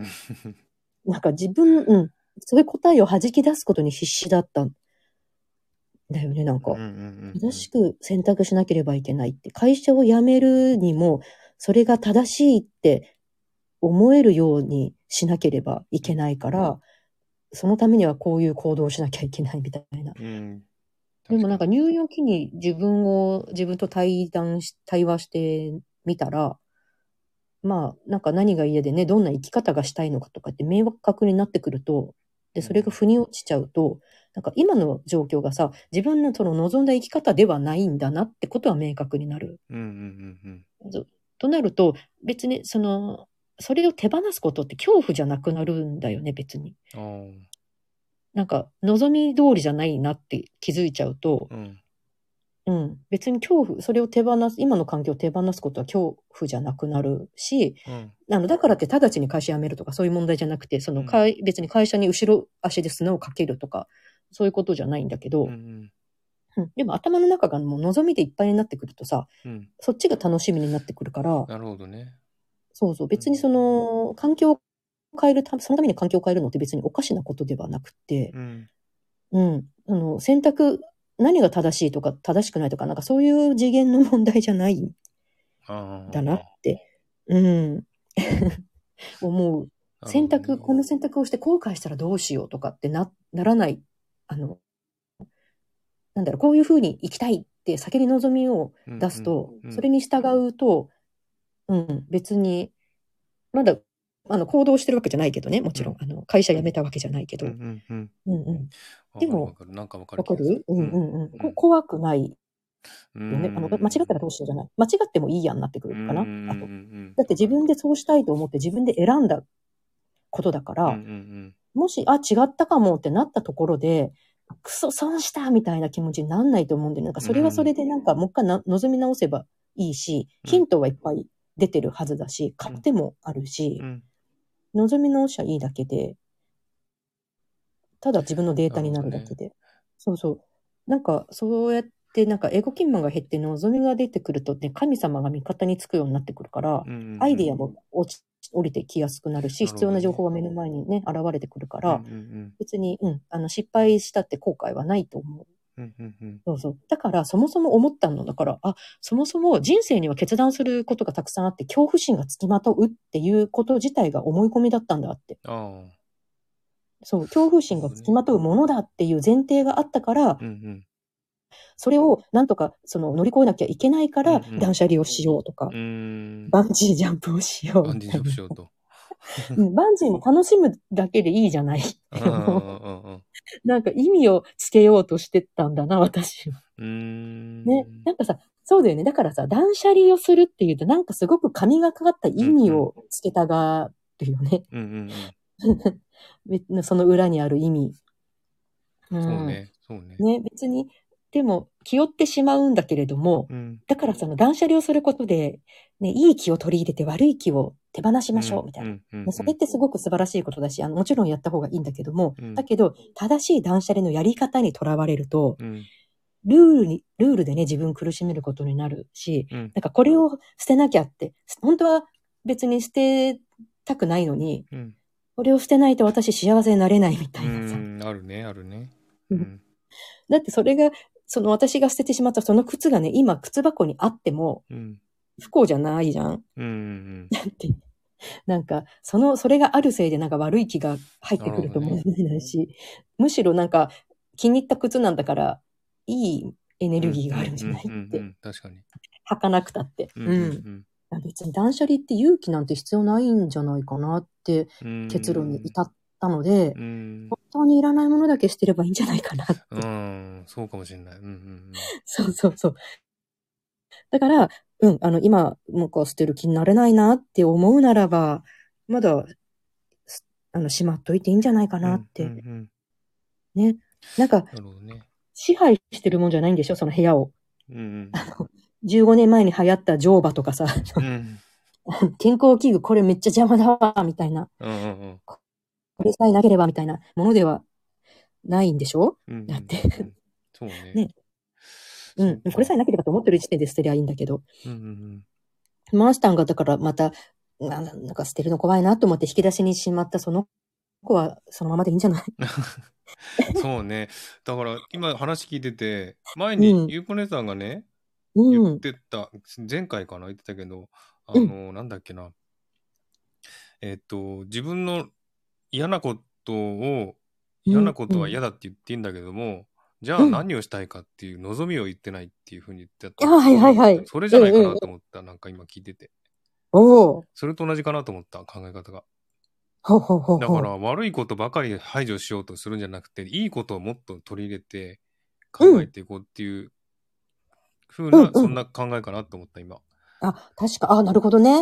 なんかそういう答えを弾き出すことに必死だったんだよね、なんか。正しく選択しなければいけないって。会社を辞めるにも、それが正しいって思えるようにしなければいけないから、そのためにはこういう行動をしなきゃいけないみたいな。でもなんか入院を機に自分と対話してみたら、まあなんか何が嫌でね、どんな生き方がしたいのかとかって明確になってくると、で、それが腑に落ちちゃうと、なんか今の状況がさ、自分のその望んだ生き方ではないんだなってことは明確になる。となると、別にそれを手放すことって恐怖じゃなくなるんだよね、別に。なんか、望み通りじゃないなって気づいちゃうと、別にそれを今の環境を手放すことは恐怖じゃなくなるし、だからって直ちに会社辞めるとかそういう問題じゃなくて、別に会社に後ろ足で砂をかけるとか、そういうことじゃないんだけど、でも頭の中がもう望みでいっぱいになってくるとさ、そっちが楽しみになってくるから、 なるほどね。 そうそう、別に環境を変えるそのために環境を変えるのって別におかしなことではなくて、選択、何が正しいとか正しくないとか、なんかそういう次元の問題じゃないんだなって、思う。この選択をして後悔したらどうしようとかってならない、こういうふうに生きたいって先に望みを出すと、それに従うと、別に、まだ、行動してるわけじゃないけどね、もちろん。会社辞めたわけじゃないけど。でも、わかる？怖くないよね。間違ったらどうしようじゃない。間違ってもいいやんなってくるかな。あと。だって自分でそうしたいと思って自分で選んだことだから、もし、違ったかもってなったところで、クソ損したみたいな気持ちになんないと思うんで、なんかそれはそれでなんかもう一回望み直せばいいし、ヒントはいっぱい出てるはずだし、買ってもあるし、望み直しはいいだけで、ただ自分のデータになるだけで。そうそう。なんか、そうやって、なんか、エゴキンマンが減って望みが出てくるとね、神様が味方につくようになってくるから、アイディアも降りてきやすくなるし、必要な情報が目の前にね、現れてくるから、別に、失敗したって後悔はないと思う。そうそう。だから、そもそも思ったのだから、そもそも人生には決断することがたくさんあって、恐怖心がつきまとうっていうこと自体が思い込みだったんだって。そう、恐怖心がつきまとうものだっていう前提があったから、それをなんとか乗り越えなきゃいけないから、断捨離をしようとか、バンジージャンプをしよう。バンジージャンプしようと。バンジーも楽しむだけでいいじゃないなんか意味をつけようとしてたんだな、私は。ね、なんかさ、そうだよね。だからさ、断捨離をするっていうと、なんかすごく神がかかった意味をつけたがるよね。その裏にある意味。 そうね。 ね、別に、でも、気負ってしまうんだけれども、だから断捨離をすることで、ね、いい気を取り入れて悪い気を手放しましょう、みたいな。それってすごく素晴らしいことだし、もちろんやった方がいいんだけども、だけど、正しい断捨離のやり方にとらわれると、ルールでね、自分苦しめることになるし、なんかこれを捨てなきゃって、本当は別に捨てたくないのに、これを捨てないと私幸せになれないみたいなさ。 あるね。 だってそれが、私が捨ててしまったその靴がね、今靴箱にあっても、不幸じゃないじゃん。だって、なんか、それがあるせいでなんか悪い気が入ってくるとも思えないし、むしろなんか気に入った靴なんだから、いいエネルギーがあるんじゃないって。 確かに。 履かなくたって。別に断捨離って勇気なんて必要ないんじゃないかなって結論に至ったので、本当にいらないものだけ捨てればいいんじゃないかなって。 そうかもしれない。 そうそうそう。だから、今、もう捨てる気になれないなって思うならば、まだ、しまっといていいんじゃないかなって。ね。なんか、支配してるもんじゃないんでしょ、その部屋を。 15年前に流行った乗馬とかさ、 うん。 健康器具これめっちゃ邪魔だわ、みたいな。 うんうんうん。 これさえなければ、みたいなものではないんでしょ、 うんうんうん、 だって。 そうね。 ね。うん。これさえなければと思ってる時点で捨てりゃいいんだけど。 うんうんうん。 マンスタンがだからまた、なんか捨てるの怖いなと思って引き出しにしまったその子はそのままでいいんじゃない？ そうね。だから今話聞いてて、前うにん。 ゆうこ姉さんがね、言っうん。 てた、前回かな言ってたけど、 うん。 なんだっけな。自分の嫌なことを、嫌なうん。 ことは嫌うん。 だって言っていいんだけども、じゃうん。 あ何をしたいかっていう望みを言ってないっていうふうに言ってたあ、 んだはいはいけど、 はい。 それじゃないかうんうんうん。 なと思った。なんか今聞いてて。 おー。 それと同じかなと思った、考え方が。 ほうほうほうだからほ悪いことばかり排除しようとするんじゃなくて、いいことをもっと取り入れて考う。うん。 えていこうっていう風な、 うんうん。 そんな考えかなと思った、今。 あ、確か、あ、なるほどね。 うん。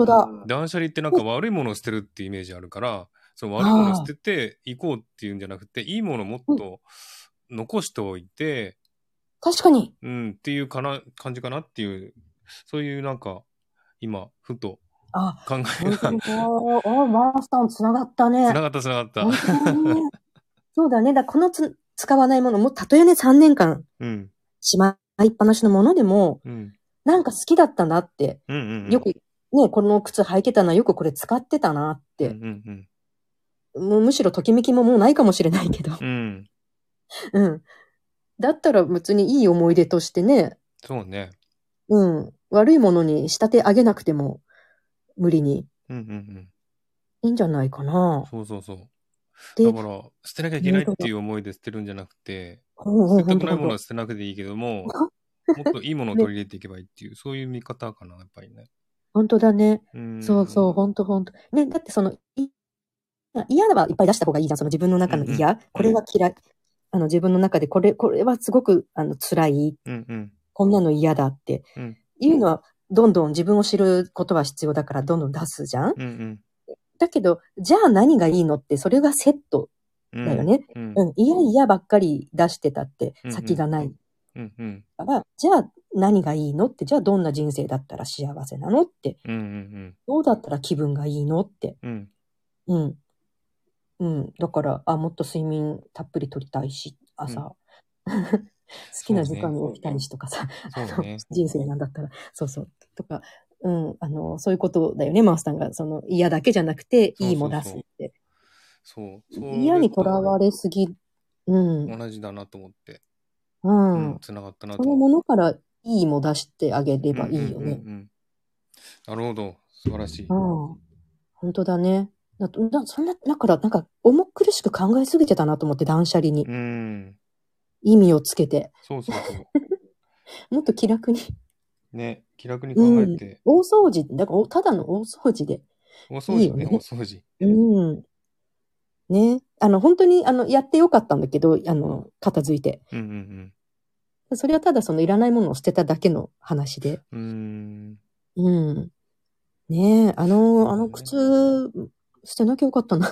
本当だ。 断捨離ってなんかうん。 悪いものを捨てるっていうイメージあるから、その悪いものを捨ああ。 てていこうっていうんじゃなくて、いいものをもっうん。 と残しておいて、 確かに。 うん、っていう感じかなっていう、そういうなんか、今、ふとあ、 考えが本当に、マースタンつながったね。 つながった。 本当だね。そうだね。この使わないものも、たとえね、3年間うん、 しまいっぱなしのものでも、 うん、 なんか好きだったなって、 うん、うん、 よく、ね、この靴履いてたな、よくこれ使ってたなっうん、うて、 ん、 もうむしろときめきももうないかもしれないけど、 うん、うん、 うん。だったら別にいい思い出としてね、 そうね。 うん。悪いものに仕立て上げなくても、無理にうん、うん、うん。 いいんじゃないかな。 そうそうそう。だで、 から、捨てなきゃいけない本当だ。 っていう思いで捨てるんじゃなくて、捨てたくないものはほんとほんと。 捨てなくていいけども、もっといいものをね、 取り入れていけばいいっていう、そういう見方かな、やっぱりね。 ほんとだね。 うーん。 そうそう、ほんとほんと。ね、だって嫌なはいっぱい出した方がいいじゃん。その自分のうんうん。 中の嫌。これうん。 は嫌い。自分の中でこれはすごく、辛い。 うんうん。 こんなの嫌だってうん。 いうのは、どんどん自分を知ることは必要だから、どんどん出すじゃん。 うんうん。 だけど、じゃあ何がいいのって、それがセットうん。 だよね。 うん。 うん。いやいやばっかり出してたってうんうん。 先がないうんうん。 から、じゃあ何がいいのって、じゃあどんな人生だったら幸せなのって、 うんうん。 どうだったら気分がいいのって。 うん。 うん。うん。だから、もっと睡眠たっぷり取りたいし、 うん。 朝。好きな時間そうね。 に起きたいしとかさ、 そうね。 人生なんだったら、そうそう。とか、うん、そういうことだよね、マースさんが。嫌だけじゃなくて、いいも出そうそうそう。 すって。 そう。そ嫌にとられとわれすぎ、うん、 同じだなと思って。 ううん。 ん。 つながったなそのと思う。 ものからいいも出してあげればうんうんうんういいよね。 ん。なるほど。素晴らしい。 うん。本当だね。そんな、だから、なんか、重苦しく考えすぎてたなと思って、断捨離に。 うーん。 意味をつけて。 そうそうそもっと気楽に。 う。ね。気楽に考うん。 えて。 大掃除、だから、ただの大掃除でお掃除ね、おいいよね。 掃除。 うん。ね。本当に、やってよかったんだけど、片付いて。 うんうんそれはただいらないものを捨てただけの話で。 うん。 うん。ねえ、 そうだね。 靴、捨てなきゃよかったな。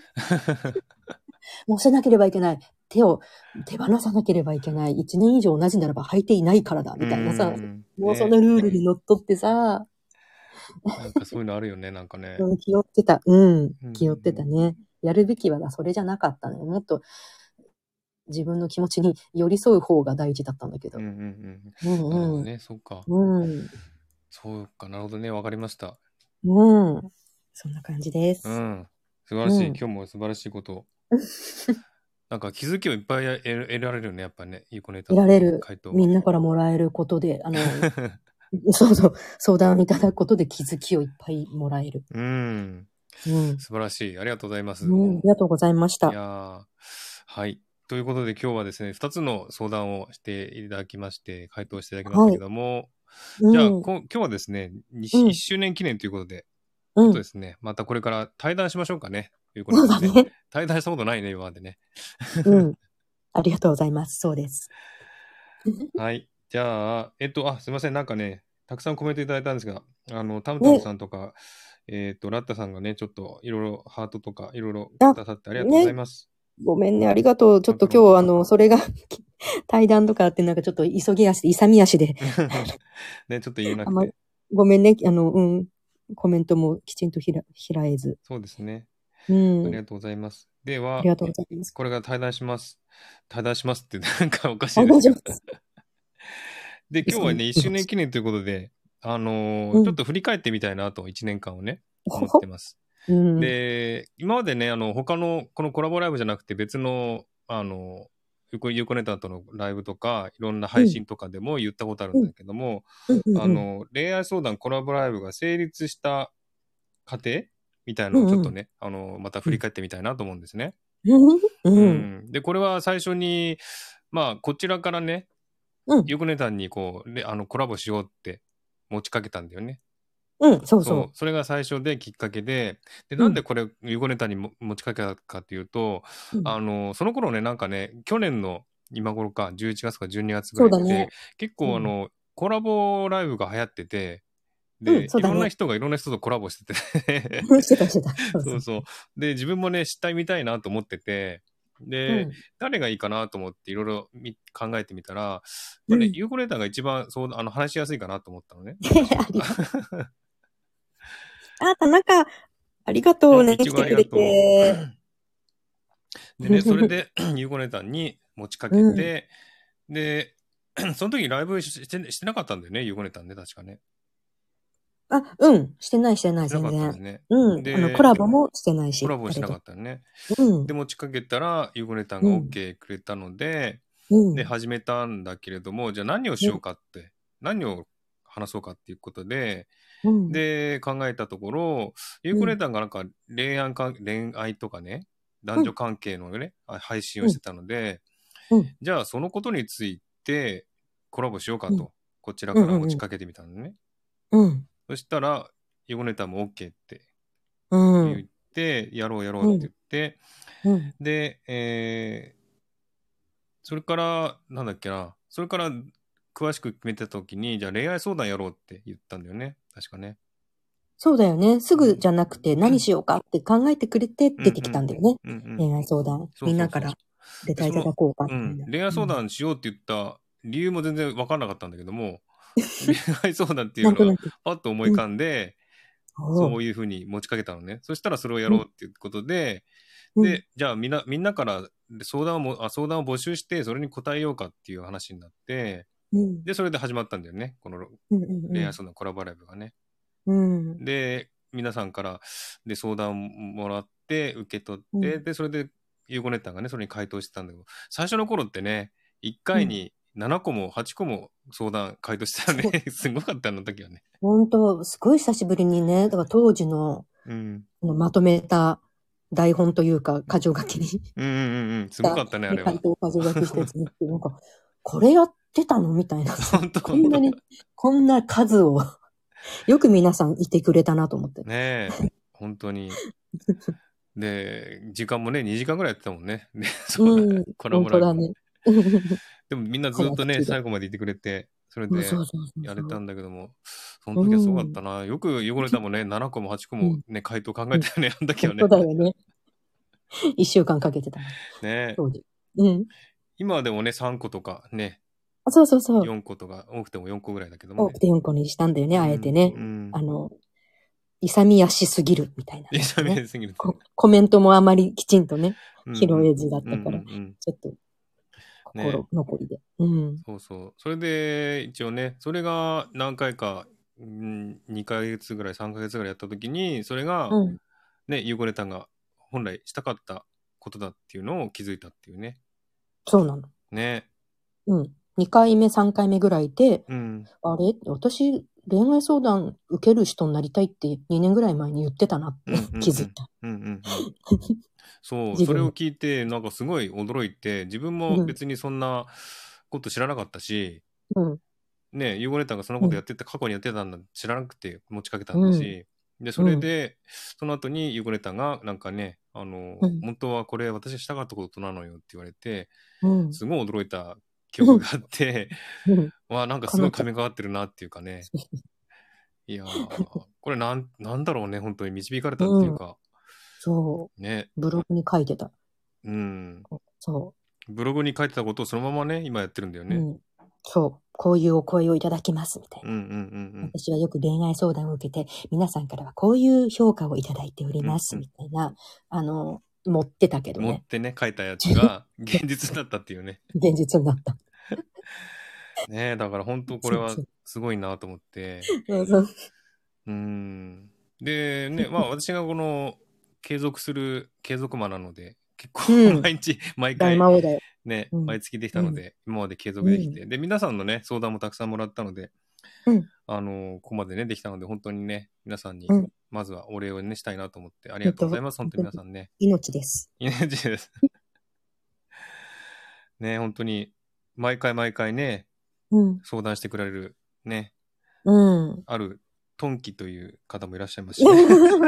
もう捨てなければいけない。手放さなければいけない。一年以上同じならば履いていないからだ。 うーみたいなさ。 ん。 もうそね。 のルールにのっとってさ、 なんかそういうのあるよね、なんかね。 気負ってた。うん。 うん気負ってたね。やるべきはそれじゃなかったね。もっと自分の気持ちに寄り添う方が大事だったんだけど。 うんうんうんうん。 うんうん。 なるほどね、そうか。 うん。 そうか、なるほどね、わかりました。 うん。そんな感じです。 うん。素晴らしい。 うん。 今日も素晴らしいことを。なんか気づきをいっぱい得られるね、やっぱね、いい子ネタ得らのれる。 回答は。 みんなからもらえることで、そうそう、相談いただくことで気づきをいっぱいもらえる。 うん。 うん。 素晴らしい。ありがとうございます。 うん、ありがとうございましいやた。 ー、はい。ということで今日はですね、2つの相談をしていただきまして、回答していただきましたけはい。 ども、じゃあ、 うん。 今日はですね、1 うん。 周年記念ということで、ちょっとうん。 ですね、またこれから対談しましょうかね。ということでね。 そうだね。 対談したことないね、今までね。 うん。ありがとうございます。そうです。 はい。じゃあ、すいません。なんかね、たくさんコメントいただいたんですが、タムタムね。 さんとか、ラッタさんがね、ちょっといろいろハートとかいろいろくあ、 ださってありがとうございね。 ます。 ごめんね、ありがとう。ちょっと今日、それが対談とかあって、なんかちょっと急ぎ足で、勇み足で。 ね、ちょっと言えなくて。 ごめんね、コメントもきちんと開えず。 そうですね。 うん。 ありがとうございます。では、 ありがとうございます。 これが対談します。対談しますってなんかおかしいですが。で、今日はね、1周年記念ということで、ちょっと振り返ってみたいなと、1年間をね、思ってます。で、今までね、他の、このコラボライブじゃなくて別の、ゆこネタとのライブとか、いろんな配信とかでも言ったことあるんだけども、恋愛相談コラボライブが成立した過程みたいなのをちょっとね、また振り返ってみたいなと思うんですね。で、これは最初に、まあ、こちらからね、ゆこネタにこう、コラボしようって持ちかけたんだよね。 そうそう。 それが最初できっかけで、なんでこれ、ゆこネタに持ちかけたかっていうと、その頃ね、なんかね、去年の今頃か、11月か12月ぐらいって、結構コラボライブが流行ってて、で、いろんな人がいろんな人とコラボしててしてた。 そうそう。で、自分もね、知ってみたいなと思ってて、で、誰がいいかなと思っていろいろ考えてみたら、ユーコレーターが一番話しやすいかなと思ったのね。 田中、ありがとうね、来てくれて。 でね、それで、ユーコネタに持ちかけて、で、その時ライブしてなかったんだよね、ユーコネタね、確かね。 してない、全然。 してなかったんですね。 で、コラボもしてないし。 コラボしなかったよね。で、持ちかけたら、ユーコネタが OK くれたので、で、始めたんだけれども、じゃあ何をしようかって、何を話そうかっていうことで、で、考えたところ、ユーコネタがなんか恋愛とかね、男女関係のね、配信をしてたので、じゃあそのことについてコラボしようかと、こちらから持ちかけてみたのね。そしたら、ユーコネタも OK って言って、やろうって言って、で、それから、なんだっけな、それから詳しく決めてた時に、じゃあ恋愛相談やろうって言ったんだよね。確かね。 そうだよね。すぐじゃなくて何しようかって考えてくれて出てきたんだよね。恋愛相談。みんなからレターいただこうかみたいな。 恋愛相談しようって言った理由も全然分からなかったんだけども、恋愛相談っていうのがパッと思い浮かんで、そういうふうに持ちかけたのね。そしたらそれをやろうっていうことで、で、じゃあみんなから相談を募集して、それに答えようかっていう話になって、で、それで始まったんだよね。この恋愛相談コラボライブがね。で、皆さんからで相談もらって、受け取って、で、それで、ユーコネッターがね、それに回答してたんだけど、最初の頃ってね、1回に7個も8個も相談回答してたね。すごかったの時はね。 本当すごい久しぶりにね、だから当時の、まとめた台本というか、箇条書きに。 すごかったね、あれは。 回答箇条書きしたやつに、なんか、これやってたのみたいな。こんな数を。よく皆さんいてくれたなと思って。 ねえ、本当に。で、時間もね、2時間ぐらいやってたもんね。コラボライブ。本当だね。でもみんなずっとね、最後までいてくれて、それでやれたんだけども、その時はすごかったな。よく汚れたもね、7個も8個もね、回答考えたよね、あんだけはね。 そうだよね。1週間かけてた。 ね。今はでもね、3個とかね。 そうそうそう。 4個とか、多くても4個ぐらいだけども、ね。 多くて4個にしたんだよね、あえてね。勇み足すぎるみたいな、ね。 勇み足すぎる。 コメントもあまりきちんとね、拾えずだったから、ちょっと心残りで。 そうそう。それで、一応ね、それが何回か、2ヶ月ぐらい、3ヶ月ぐらいやった時に、それが、ね、ユーゴレタンが本来したかったことだっていうのを気づいたっていうね。 そうなの。 ね。 2回目、3回目ぐらいで、あれ私、恋愛相談受ける人になりたいって2年ぐらい前に言ってたなって気づいた。 そう、それを聞いて、なんかすごい驚いて、自分も別にそんなこと知らなかったし、ね、ユーゴネタンがそのことやってて、過去にやってたんだ知らなくて持ちかけたんだし、で、それで、その後にユーゴネタンがなんかね、本当はこれ私したかったことなのよって言われて、すごい驚いた記憶があって、なんかすごい神がかってるなっていうかね。いやー、これなんだろうね、本当に導かれたっていうか。 そう。 ね。 ブログに書いてた。 うん。 そう。 ブログに書いてたことをそのままね、今やってるんだよね。 そう。こういうお声をいただきますみたいな。 私はよく恋愛相談を受けて、皆さんからはこういう評価をいただいておりますみたいな、持ってたけどね。 持ってね、書いたやつが現実だったっていうね。 現実になった。 ねえ、だから本当これはすごいなと思って。で、ね、まあ私がこの継続マンなので、結構毎日、毎回、ね、毎月できたので、今まで継続できて、で、皆さんのね、相談もたくさんもらったので、ここまでね、できたので、本当にね、皆さんに、まずはお礼をね、したいなと思って、ありがとうございます、本当に皆さんね。 命です。 命です。ね、本当に、毎回毎回ね、相談してくれる、ね、ある、トンキという方もいらっしゃいますし、ね。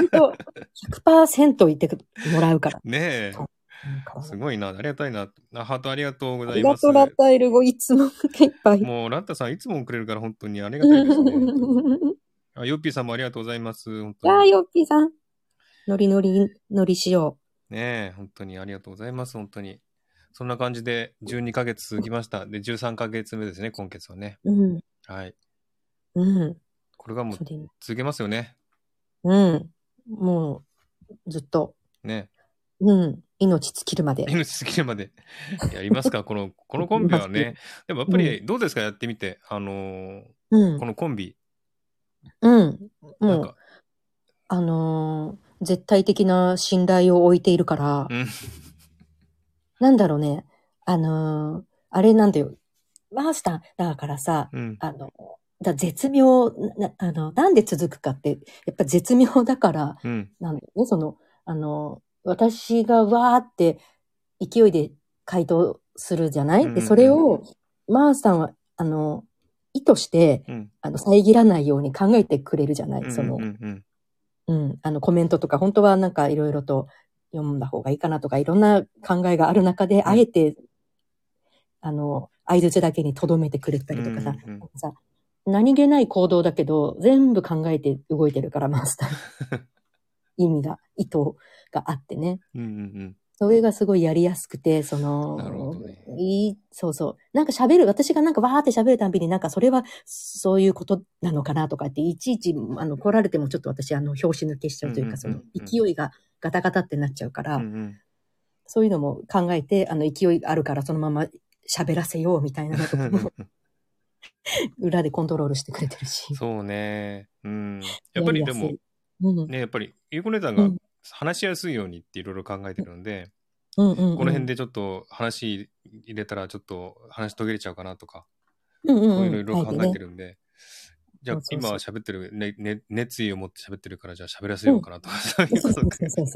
100% 言ってもらうから。 ねえ。すごいな。ありがたいな。ハートありがとうございます。 ありがとう、ラッタエルゴ、いつもいっぱい。 もう、ラッタさんいつもくれるから本当にありがたいですね。ヨッピーさんもありがとうございます。本当に。 ヨッピーさん。ノリしよう。ねえ、本当にありがとうございます。本当に。そんな感じで12ヶ月続きました。で、13ヶ月目ですね、今月はね。はい。これがもう続けますよね。 もう、ずっと。 ね。 命尽きるまで。 命尽きるまで。やりますかこのコンビはね。でもやっぱりどうですかやってみて。このコンビ。 もう、絶対的な信頼を置いているから、なんだろうね。あれなんだよ。マースター、だからさ、絶妙なんで続くかって、やっぱ絶妙だから、なんだよね、私がわーって勢いで回答するじゃない、で、それを、マースさんは、意図して、遮らないように考えてくれるじゃない、コメントとか、本当はなんかいろいろと読んだ方がいいかなとか、いろんな考えがある中で、あえて、相槌だけに留めてくれたりとかさ、何気ない行動だけど、全部考えて動いてるから、マスター。意図があってね。それがすごいやりやすくて、そうそう。なんか私がなんかわーって喋るたびになんかそれはそういうことなのかなとかって、いちいち来られてもちょっと私拍子抜けしちゃうというか、その勢いがガタガタってなっちゃうから、そういうのも考えて、勢いあるからそのまま喋らせようみたいなのとかも裏でコントロールしてくれてるし。 そうね。やっぱりでも、ね、やっぱり、ゆうこねたんが話しやすいようにっていろいろ考えてるので、この辺でちょっと話入れたらちょっと話途切れちゃうかなとか、そういうのいろいろ考えてるんで、じゃあ今は喋ってる、熱意を持って喋ってるから、じゃあ喋らせようかなとか、そういうこと。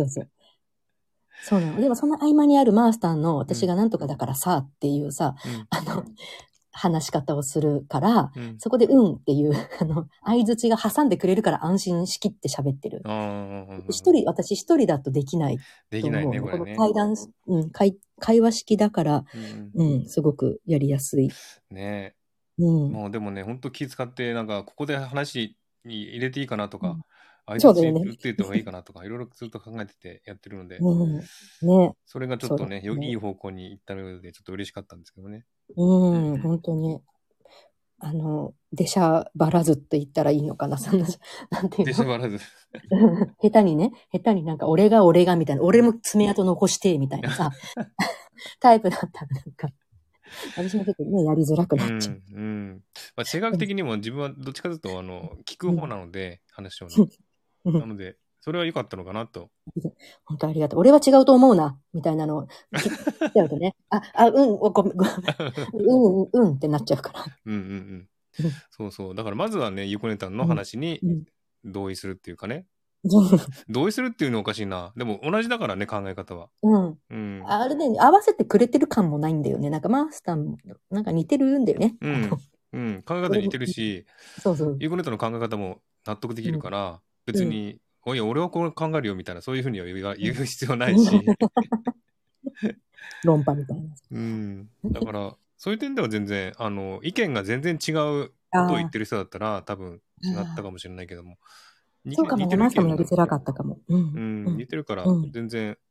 そうなの。でもその合間にあるマースターの私がなんとかだからさっていうさ、話し方をするから、そこでっていう、相槌が挟んでくれるから安心しきって喋ってる。私一人だとできないと思う。 できないね、これね。 この会話式だから、すごくやりやすい。 ねもうでもね、本当気遣って、なんか、ここで話に入れていいかなとか、相槌打っていった方がいいかなとか、いろいろずっと考えててやってるので、それがちょっとね、いい方向に行ったので、ちょっと嬉しかったんですけどね。 本当に。出しゃばらずって言ったらいいのかな、そんな、なんていうの。 出しゃばらず。 下手になんか俺がみたいな、俺も爪痕残して、みたいなさ、タイプだったらなんか、私も結構ね、やりづらくなっちゃう。 まあ、性格的にも自分はどっちかというと、聞く方なので、話をね。なので、それは良かったのかなと。 本当ありがとう。俺は違うと思うな、みたいなのを聞いちゃうとね。ごめんってなっちゃうから。 そうそう。だからまずはね、ゆこねたんの話に同意するっていうかね。同意するっていうのおかしいな。でも同じだからね、考え方は。 あれね、合わせてくれてる感もないんだよね。なんかマスターなんか似てるんだよね。 考え方似てるし、ゆこねたの考え方も納得できるから、別に、おい、俺はこう考えるよみたいな、そういうふうには言う必要ないし。 論破みたいな。 だから、そういう点では全然、意見が全然違うことを言ってる人だったら、多分違ったかもしれないけども。 そうかもね、マスターもやりづらかったかも。 似てるから、全然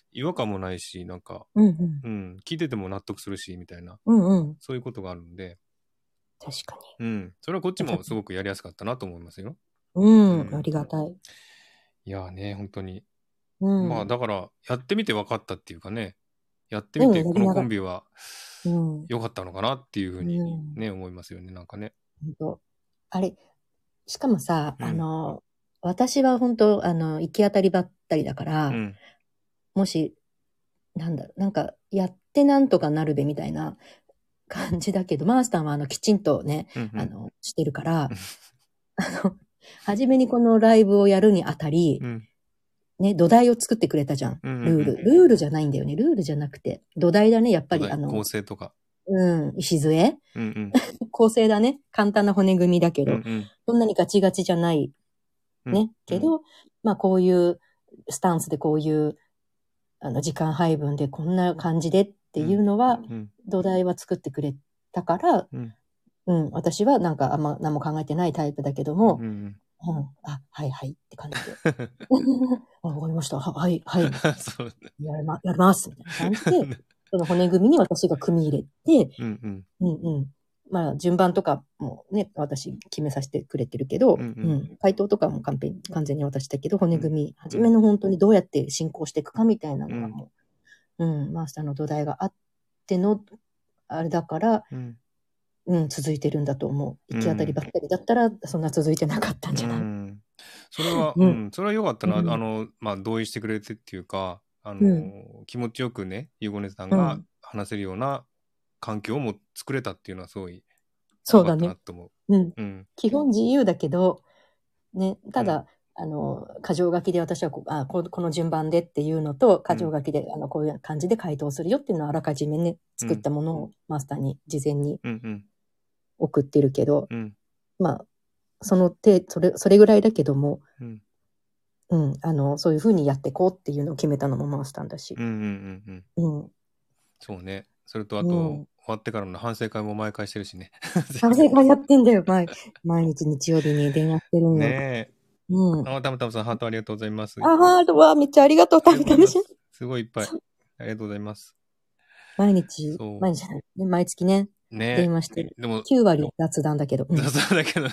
違和感もないし、なんか、聞いてても納得するし、みたいな、そういうことがあるんで。 確かに。それはこっちもすごくやりやすかったなと思いますよ。 ありがたい。 いやね、本当に。まあ、だから、やってみて分かったっていうかね、やってみて、このコンビは、良かったのかなっていうふうにね、思いますよね、なんかね。 あれ、しかもさ、私は本当行き当たりばったりだから、もし、なんか、やってなんとかなるべみたいな感じだけど、マースターはきちんとね、してるから、初めにこのライブをやるにあたり、ね、土台を作ってくれたじゃん。ルールじゃないんだよね。ルールじゃなくて。土台だね、やっぱり構成とか。 礎、構成だね。簡単な骨組みだけど、そんなにガチガチじゃない。ね。けど、まあこういうスタンスでこういう時間配分でこんな感じでっていうのは、土台は作ってくれたから、私はなんかあんま何も考えてないタイプだけども、はいはいって感じで。わかりました。はい、はい。やります。みたいな感じで、その骨組みに私が組み入れて、まあ、順番とかもね、私決めさせてくれてるけど、回答とかも完全に渡したけど、骨組み、初めの本当にどうやって進行していくかみたいなのがもう、マスターの土台があっての、あれだから、続いてるんだと思う。行き当たりばったりだったら、そんな続いてなかったんじゃない？ それは、それは良かったな。まあ、同意してくれてっていうか、気持ちよくね、ゆうごねさんが話せるような環境も作れたっていうのはすごい良かったなと思う。 基本自由だけど、ね、ただ、箇条書きで私はこの順番でっていうのと、箇条書きで、こういう感じで回答するよっていうのはあらかじめね、作ったものをマスターに事前に送ってるけど、まあ、それぐらいだけども、そういうふうにやっていこうっていうのを決めたのもマスターだし。 そうね。それとあと、終わってからの反省会も毎回してるしね。 反省会やってんだよ、毎日日曜日に電話してるんよ。 ねえ。たむたむさん、ハートありがとうございます。 ハートはめっちゃありがとう、たむたむさん。 すごいいっぱい。ありがとうございます。 毎日じゃない。毎月ね。電話してる。でも、9割雑談だけど。 雑談だけどね。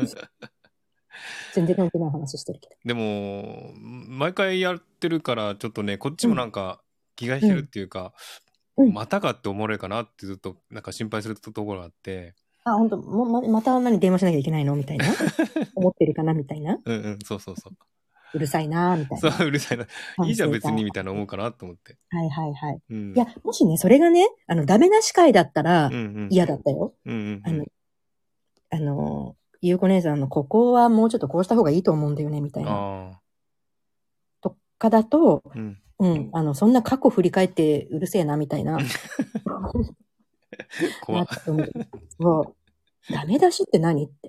全然関係ない話してるけど。 でも、毎回やってるから、ちょっとね、こっちもなんか気が引けるっていうか、またかって思われるかなってずっとなんか心配するところがあって。 本当また電話しなきゃいけないのみたいな。思ってるかなみたいな。 そうそうそう。 うるさいなみたいな。 そう、うるさいな。いいじゃん別にみたいな思うかなと思って。 はいはいはい。いや、もしね、それがね、ダメな司会だったら嫌だったよ。ゆうこ姉さんのここはもうちょっとこうした方がいいと思うんだよね、みたいな。とかだと、そんな過去振り返ってうるせえな、みたいな。 怖っ。 ダメ出しって何って。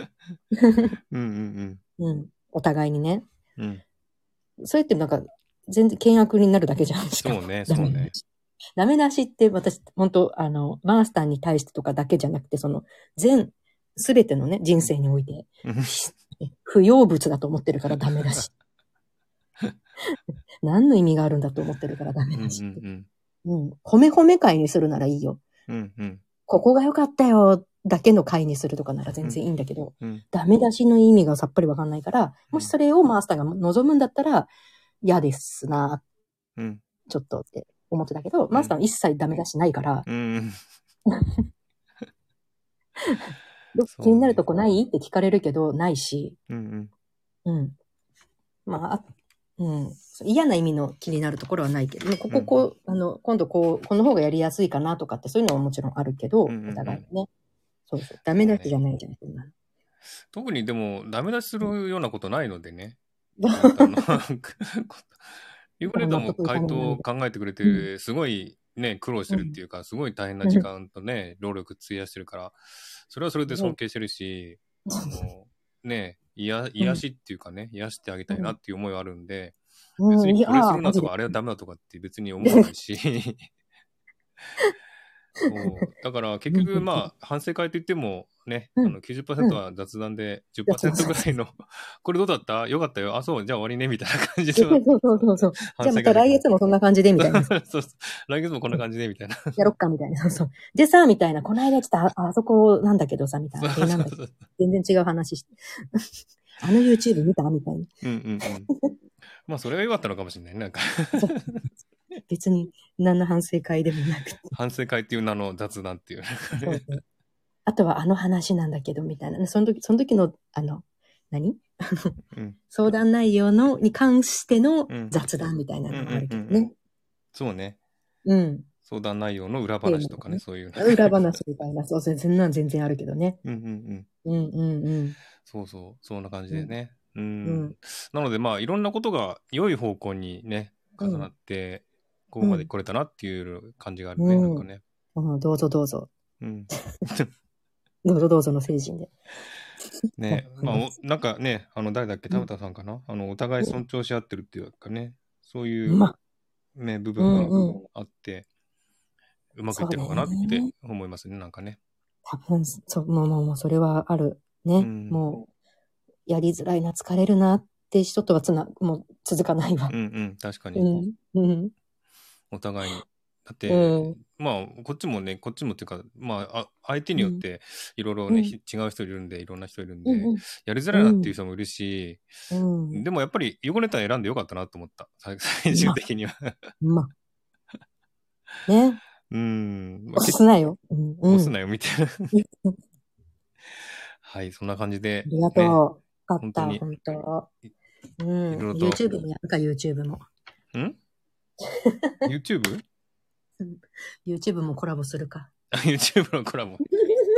お互いにね。それってなんか、全然険悪になるだけじゃん。 そうね、そうね。 ダメ出しって私、本当マースターに対してとかだけじゃなくて、すべてのね、人生において、不要物だと思ってるからダメだし。何の意味があるんだと思ってるからダメだし。褒め会にするならいいよ。ここが良かったよだけの会にするとかなら全然いいんだけど、ダメ出しの意味がさっぱりわかんないから、もしそれをマースターが望むんだったら、嫌ですな、ちょっとって思ってたけど、マースターは一切ダメ出しないから、気になるとこないって聞かれるけど、ないし。まあ、嫌な意味の気になるところはないけど、今度この方がやりやすいかなとかって、そういうのはもちろんあるけど、お互いね。そうそう。ダメ出しじゃないじゃん、そんなの。 特にでも、ダメ出しするようなことないのでね。ゆうこねとも回答を考えてくれて、すごいね、苦労してるっていうか、すごい大変な時間とね、労力費やしてるから、それはそれで尊敬してるし、ね、癒しっていうかね、癒してあげたいなっていう思いはあるんで、別にこれするなとか、あれはダメだとかって別に思わないし。 そうだから結局まあ反省会といってもね、90% は雑談で10% ぐらいのこれどうだったよかったよ。あ、そう、じゃあ終わりねみたいな感じで。 そう。じゃあまた来月もそんな感じでみたいな。 そうそう。来月もこんな感じでみたいな。 やろっかみたいな。そうそう。でさ、みたいな。この間来たあそこなんだけどさ、みたいな。なんだけど。全然違う話して。YouTube 見たみたいな。 まあそれは良かったのかもしれない。なんか別に何の反省会でもなくて。 反省会っていう名の雑談っていう。 そうあとは話なんだけど、みたいな。その時の、何相談内容に関しての雑談みたいなのがあるけどね。 そうね。 うん。 相談内容の裏話とかね、そういう。 裏話みたいな、そう、全然あるけどね。 そうそう、そんな感じでね。なのでまあ、いろんなことが良い方向にね、重なって、ここまで来れたなっていう感じがあるね、なんかね。 どうぞ。どうぞの精神で。 ね、まあ、なんかね、誰だっけ、田畑さんかな、お互い尊重し合ってるっていうかね、そういうね、部分があって、うまくいってるのかなって思いますね、なんかね。 多分、もうそれはある。ね。もう、やりづらいな、疲れるなって人とはもう続かないわ。 確かに。お互いに。だって、まあ、こっちもっていうか、まあ、相手によって、いろいろね、違う人いるんで、いろんな人いるんで、やりづらいなっていう人もいるし、でもやっぱり、汚れたら選んでよかったなと思った。最終的には。 ね。押すなよ。 押すなよ、みたいな。はい、そんな感じで。 ありがとう。よかった、 本当。YouTube もやるか、YouTube も。 YouTube? YouTube もコラボするか。 YouTube のコラボ。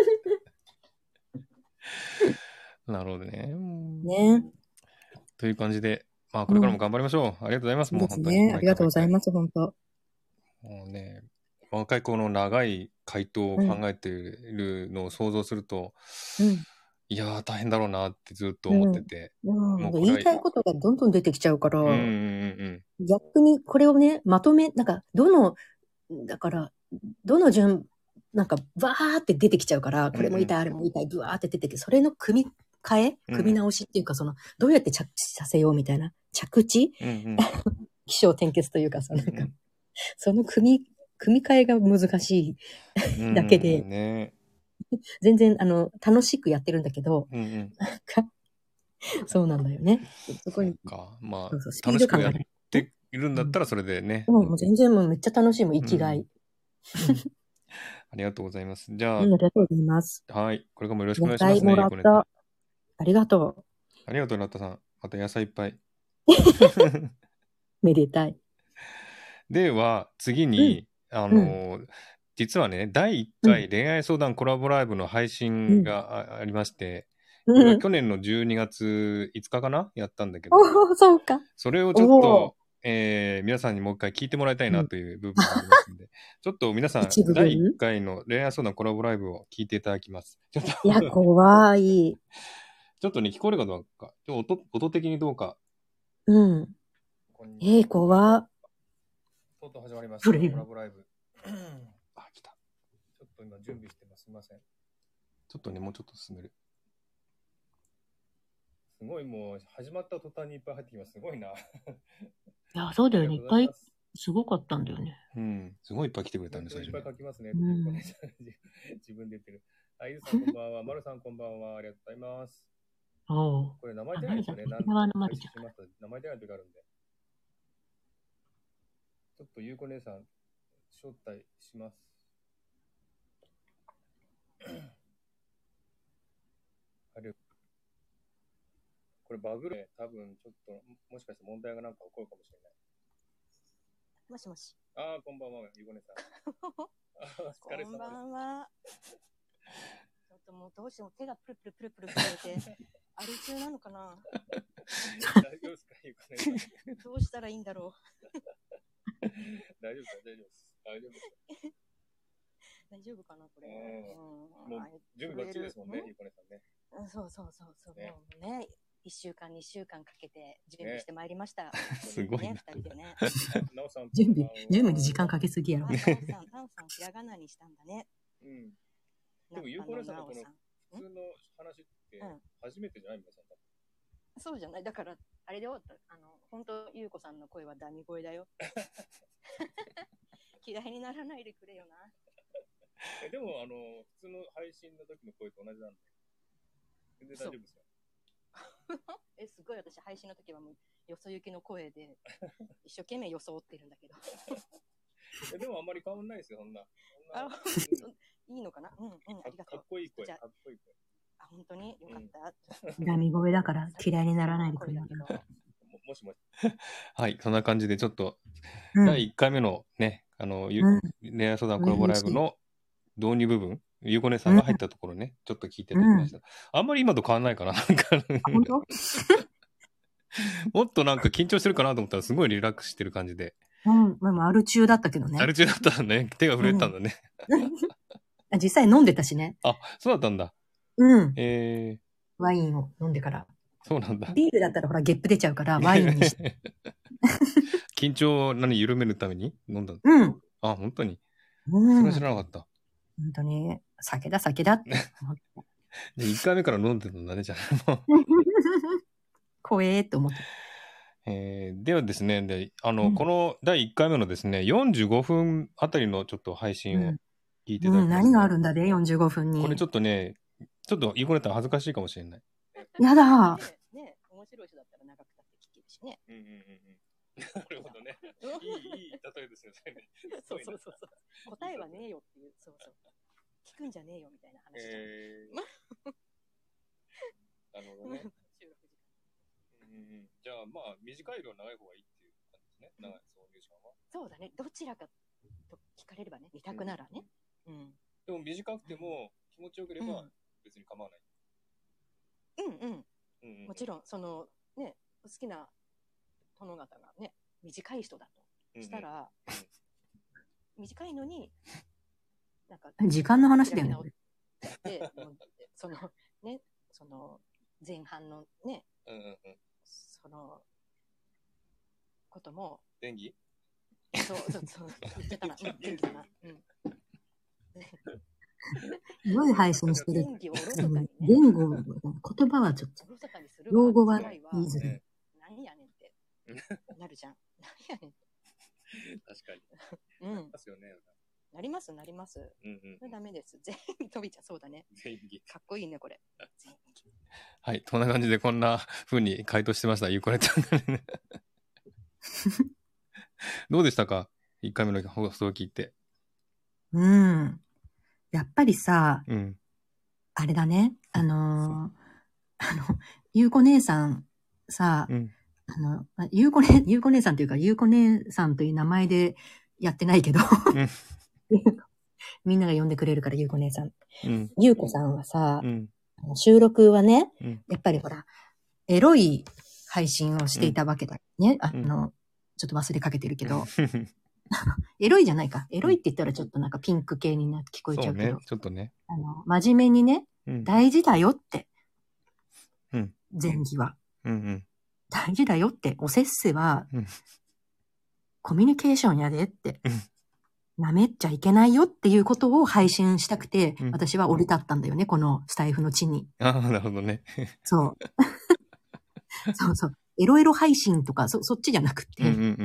なるほどね。 ね。 という感じで、まあ、これからも頑張りましょう。ありがとうございます。もう本当に。ありがとうございます、本当。 もうね、若い子の長い回答を考えているのを想像すると、いやー、大変だろうなってずっと思ってて。 言いたいことがどんどん出てきちゃうから、逆にこれをね、まとめ、なんか、だから、なんか、バーって出てきちゃうから、これも言いたい、あれも言いたい、ブワーって出てきて、それの組み直しっていうか、どうやって着地させようみたいな、着地起承転結というか、その組み替えが難しいだけで、全然、楽しくやってるんだけど、そうなんだよね。そこに。 まあ、楽しくやっているんだったらそれでね。 もう全然めっちゃ楽しいもん、生きがい。 ありがとうございます。じゃあ、 ありがとうございます。 はい。これからもよろしくお願いしますね。 野菜もらった。ありがとう。 ありがとう、ラッタさん。また野菜いっぱい。 めでたい。 では、次に、実はね、第1回恋愛相談コラボライブの配信がありまして、これは去年の12月5日かなやったんだけど、 そうか。 それをちょっと、皆さんにもう一回聞いてもらいたいなという部分がありますので、ちょっと皆さん、第1回の恋愛相談コラボライブを聞いていただきます。 いや、怖い。 ちょっとね、聞こえるかどうか、音的にどうか。 怖っ。 とうとう始まりました。コラボライブ。あ、来た。ちょっと今準備してます。すみません。ちょっとね、もうちょっと進める。すごいもう、始まった途端にいっぱい入ってきます。すごいな。いや、そうだよね。いっぱい、すごかったんだよね。 すごいいっぱい来てくれたんですよ。 いっぱい書きますね。自分で言ってる。あ、ゆずさんこんばんは。まるさんこんばんは。ありがとうございます。これ名前出ないですよね。名前出ない時あるんで。ちょっとゆうこ姉さん、招待します。これバグで多分ちょっともしかして問題がなんか起こるかもしれない。 もしもし。 ああ、こんばんは、ゆうこ姉さん。 こんばんは。ちょっともうどうしても手がプルプルプルプル震えて、あれ中なのかな大丈夫ですか、ゆうこ姉さん。 どうしたらいいんだろう。 大丈夫です。大丈夫です。 大丈夫かな、これ。 もう準備バッチリですもんね、ゆうこ姉さんね。 そう。もうね、 1週間、2週間かけて準備してまいりました。 すごいね。 2人でね。 準備に時間かけすぎやろ。 タンさん、ひらがなにしたんだね。 うん。でも、ゆうこねさんのこの普通の話って初めてじゃない皆さん。 そうじゃない。だから、あれで本当ゆうこさんの声はダミ声だよ。嫌いにならないでくれよな。 でも、普通の配信の時の声と同じなんで。全然大丈夫ですよ。 すごい私配信の時はもうよそ行きの声で一生懸命装ってるんだけどでもあんまり変わんないですよそんな。 いいのかな。うんありがとう。 かっこいい声。かっこいい声。 本当によかった。 ダミ声だから嫌いにならないでくれよ。 もしもし。 はい、そんな感じでちょっと、第1回目のね恋愛相談コラボライブの導入部分、ゆうこねさんが入ったところね、ちょっと聞いてみました。あんまり今と変わんないかな。 本当もっとなんか緊張してるかなと思ったらすごいリラックスしてる感じで。 まあアル中だったけどね。 アル中だったんだね。手が震えたんだね。 実際飲んでたしね。 あ、そうだったんだ。 ワインを飲んでから。 そうなんだ。 ビールだったらほらゲップ出ちゃうからワインにして。 緊張を緩めるために飲んだ。あ、本当に。それ知らなかった。 本当に、酒だって思った。 1回目から飲んでるんだね、じゃあ。 怖えって思って。 ではですね、この第1回目のですね、45分あたりのちょっと配信を聞いていただきます、 何があるんだね、45分に。 これちょっとね、ゆうこねたら恥ずかしいかもしれない。 やだね、面白い人だったら長くたって聞けるしね。 なるほどね。いい例えですよね。 そう。答えはねえよっていう、そう。聞くんじゃねえよみたいな話じゃん。 なるほどね。じゃあまあ短いよりは長い方がいいっていう感じですね。そういう時間は。 そうだね。どちらかと聞かれればね、2択ならね。 でも短くても気持ちよければ別に構わない。 もちろんそのね、好きな殿方がね、短い人だとしたら、短いのになんか時間の話だよね。 で、その前半のね、そのことも前儀？ そう言ってたな。前儀だな。 すごい配信してる。言語、言葉はちょっと、用語は言いづらい。 何やねんってなるじゃん。何やねんって。 確かに。なりますよね。 なります。ダメです。全員飛びちゃそうだね。かっこいいね、これ。 はい、こんな感じでこんな風に回答してました、ゆうこねちゃんがね。どうでしたか ?1 回目の放送を聞いて。 やっぱりさ、あれだね、ゆうこ姉さんさ、ゆうこ姉さんというか、ゆうこ姉さんという名前でやってないけど、みんなが呼んでくれるからゆうこ姉さん。ゆうこさんはさ、収録はね、やっぱりほら、エロい配信をしていたわけだね。ちょっと忘れかけてるけど。エロいじゃないか。エロいって言ったらちょっとなんかピンク系になって聞こえちゃうけど。 ちょっとね。 真面目にね、大事だよって。前期は。大事だよって。おせっせは、コミュニケーションやでって。舐めっちゃいけないよっていうことを配信したくて、私は降り立ったんだよね、このスタイフの地に。 なるほどね。 そう。エロエロ配信とか、そっちじゃなくて。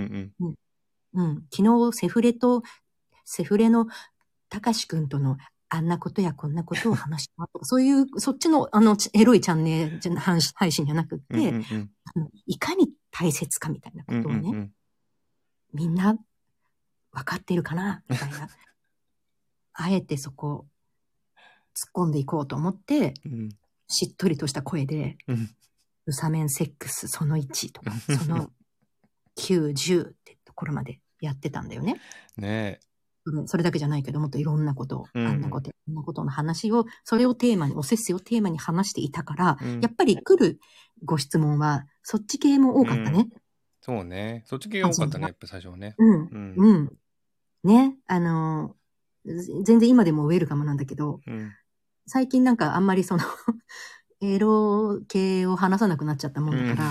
昨日セフレのたかしくんとのあんなことやこんなことを話したとか、そういう、そっちのエロいチャンネル配信じゃなくて、いかに大切かみたいなことをね、みんな分かってるかなみたいな。あえてそこ、突っ込んでいこうと思って、しっとりとした声で、ウサメンセックスその1とか、その9、10ってところまでやってたんだよね。 ねえ。それだけじゃないけど、もっといろんなことを、あんなこと、こんなことの話を、それをテーマに、おせっせをテーマに話していたから、やっぱり来るご質問は、そっち系も多かったね。 そうね。そっち系が多かったね、やっぱ最初はね。 ね。全然今でもウェルカムなんだけど、最近なんかあんまりエロ系を話さなくなっちゃったもんだから、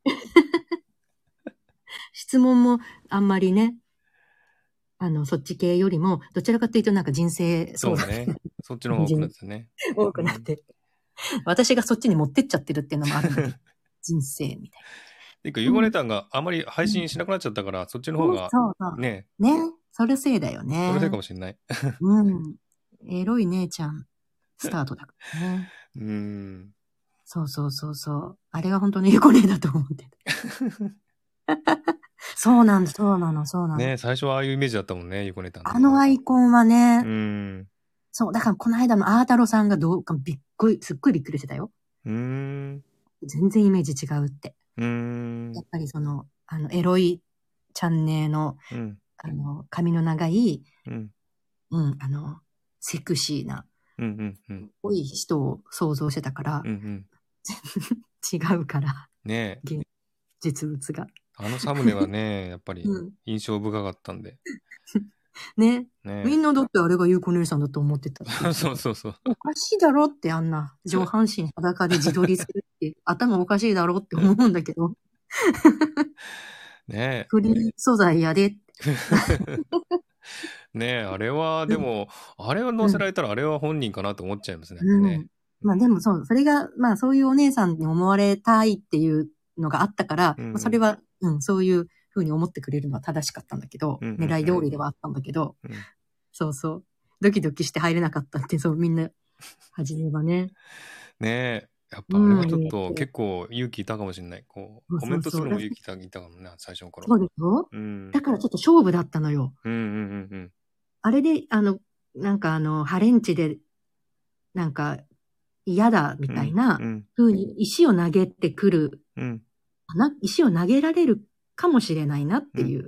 質問もあんまりね、そっち系よりも、どちらかというとなんか人生そうだね。そっちの方が多くなってね。 多くなって。私がそっちに持ってっちゃってるっていうのもあるんだけど、人生みたいな。 ていうか、ユーゴネタンがあまり配信しなくなっちゃったから、そっちの方が、ね。 ね。それせいだよね。 それせいかもしれない。 うん。エロい姉ちゃん、スタートだからね。そうそうそうそう。あれが本当にユーゴネだと思ってた。そうなんだ、そうなの、そうなの。 ね、最初はああいうイメージだったもんね、ユーゴネタン。 アイコンはね。そう、だからこの間のアータロさんがすっごいびっくりしてたよ。全然イメージ違うって。やっぱりエロいチャンネルの、髪の長い、セクシーな、多い人を想像してたから、違うから。 ねえ。 実物が。 サムネはね、やっぱり印象深かったんで。 ね。みんなだってあれがゆうこ姉さんだと思ってた。 そうそうそう。 おかしいだろってあんな上半身裸で自撮りするって頭おかしいだろって思うんだけど。 ねえ。 フリー素材やで。 ねえ、あれはでも、あれは載せられたらあれは本人かなと思っちゃいますね。 まあでもそう、それが、まあそういうお姉さんに思われたいっていうのがあったから、それは、そういうふうに思ってくれるのは正しかったんだけど、狙い通りではあったんだけど、そうそう。ドキドキして入れなかったって、そう、みんな、初めはね。 ねえ、やっぱあれはちょっと結構勇気いたかもしれない。コメントするのも勇気いたかもね、最初の頃。 そうでしょ？だからちょっと勝負だったのよ。あれで、なんかハレンチで、なんか、嫌だ、みたいな、風に石を投げてくる、石を投げられるかもしれないなっていう。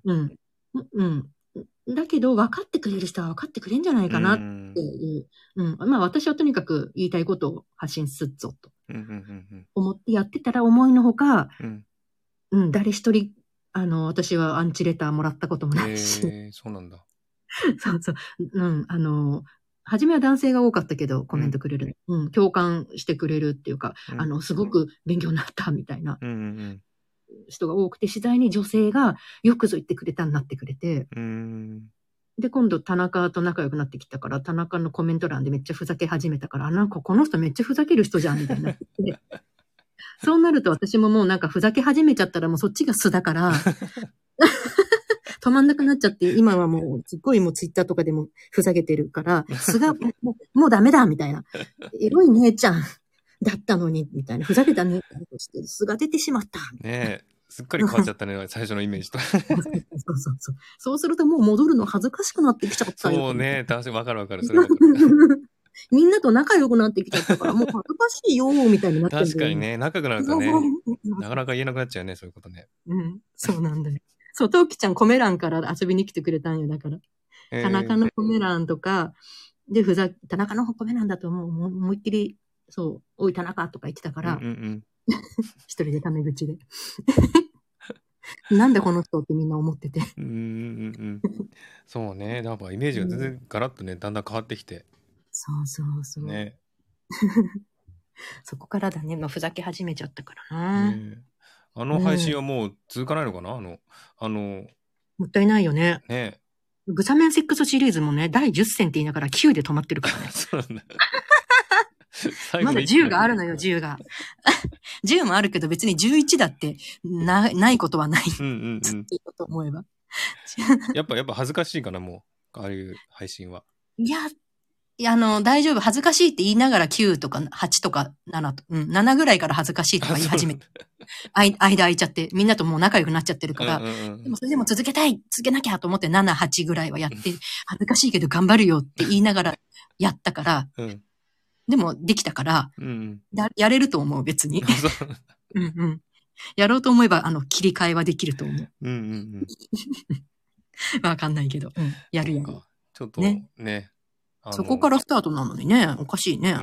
だけど、分かってくれる人は分かってくれるんじゃないかなっていう。まあ私はとにかく言いたいことを発信すっぞと。思ってやってたら思いのほか、誰一人、私はアンチレターもらったこともないし。 そうなんだ。 そうそう。初めは男性が多かったけど、コメントくれる。共感してくれるっていうか、すごく勉強になったみたいな人が多くて、次第に女性がよくぞ言ってくれたになってくれて、で、今度田中と仲良くなってきたから、田中のコメント欄でめっちゃふざけ始めたから、なんかこの人めっちゃふざける人じゃん、みたいになって。そうなると私ももうなんかふざけ始めちゃったらもうそっちが素だから、止まんなくなっちゃって、今はもう、すっごいもうツイッターとかでもふざけてるから、素が、もうダメだみたいな。エロい姉ちゃんだったのに、みたいな。ふざけた姉ちゃんとして、素が出てしまった。 ねえ。すっかり変わっちゃったね、最初のイメージと。 そうするともう戻るの恥ずかしくなってきちゃったよ。 そうね、確かにわかるわかる。それわかる。 みんなと仲良くなってきちゃったから、もう恥ずかしいよ、みたいになってる。 確かにね、仲良くなるとね、なかなか言えなくなっちゃうね、そういうことね。 そうなんだよ。そう、トウキちゃんコメ欄から遊びに来てくれたんよ、だから。田中のコメ欄とか、で、田中のコメ欄だと思いっきり、そう、おい田中とか言ってたから、一人でタメ口で。なんでこの人ってみんな思ってて。 そうね、なんかイメージが全然ガラッとね、だんだん変わってきて。 そうそうそう。 ね。 そこからだね、まあ、ふざけ始めちゃったからな。 配信はもう続かないのかなもったいないよね。 ね。 グサメンセックスシリーズもね、第10戦って言いながら9で止まってるからね。 そうなんだ。 まだ10があるのよ、10が。10もあるけど別に11だってないことはない。っていうこと思えば。 やっぱ恥ずかしいかな、もう。ああいう配信は。 いや、大丈夫。恥ずかしいって言いながら9とか8とか7と、7ぐらいから恥ずかしいとか言い始めて。間空いちゃって、みんなともう仲良くなっちゃってるから、でもそれでも続けなきゃと思って7、8ぐらいはやって、恥ずかしいけど頑張るよって言いながらやったから、でもできたから、やれると思う、別に。やろうと思えば、切り替えはできると思う。わかんないけど、やる。 ちょっとね。 そこからスタートなのにね、おかしいね。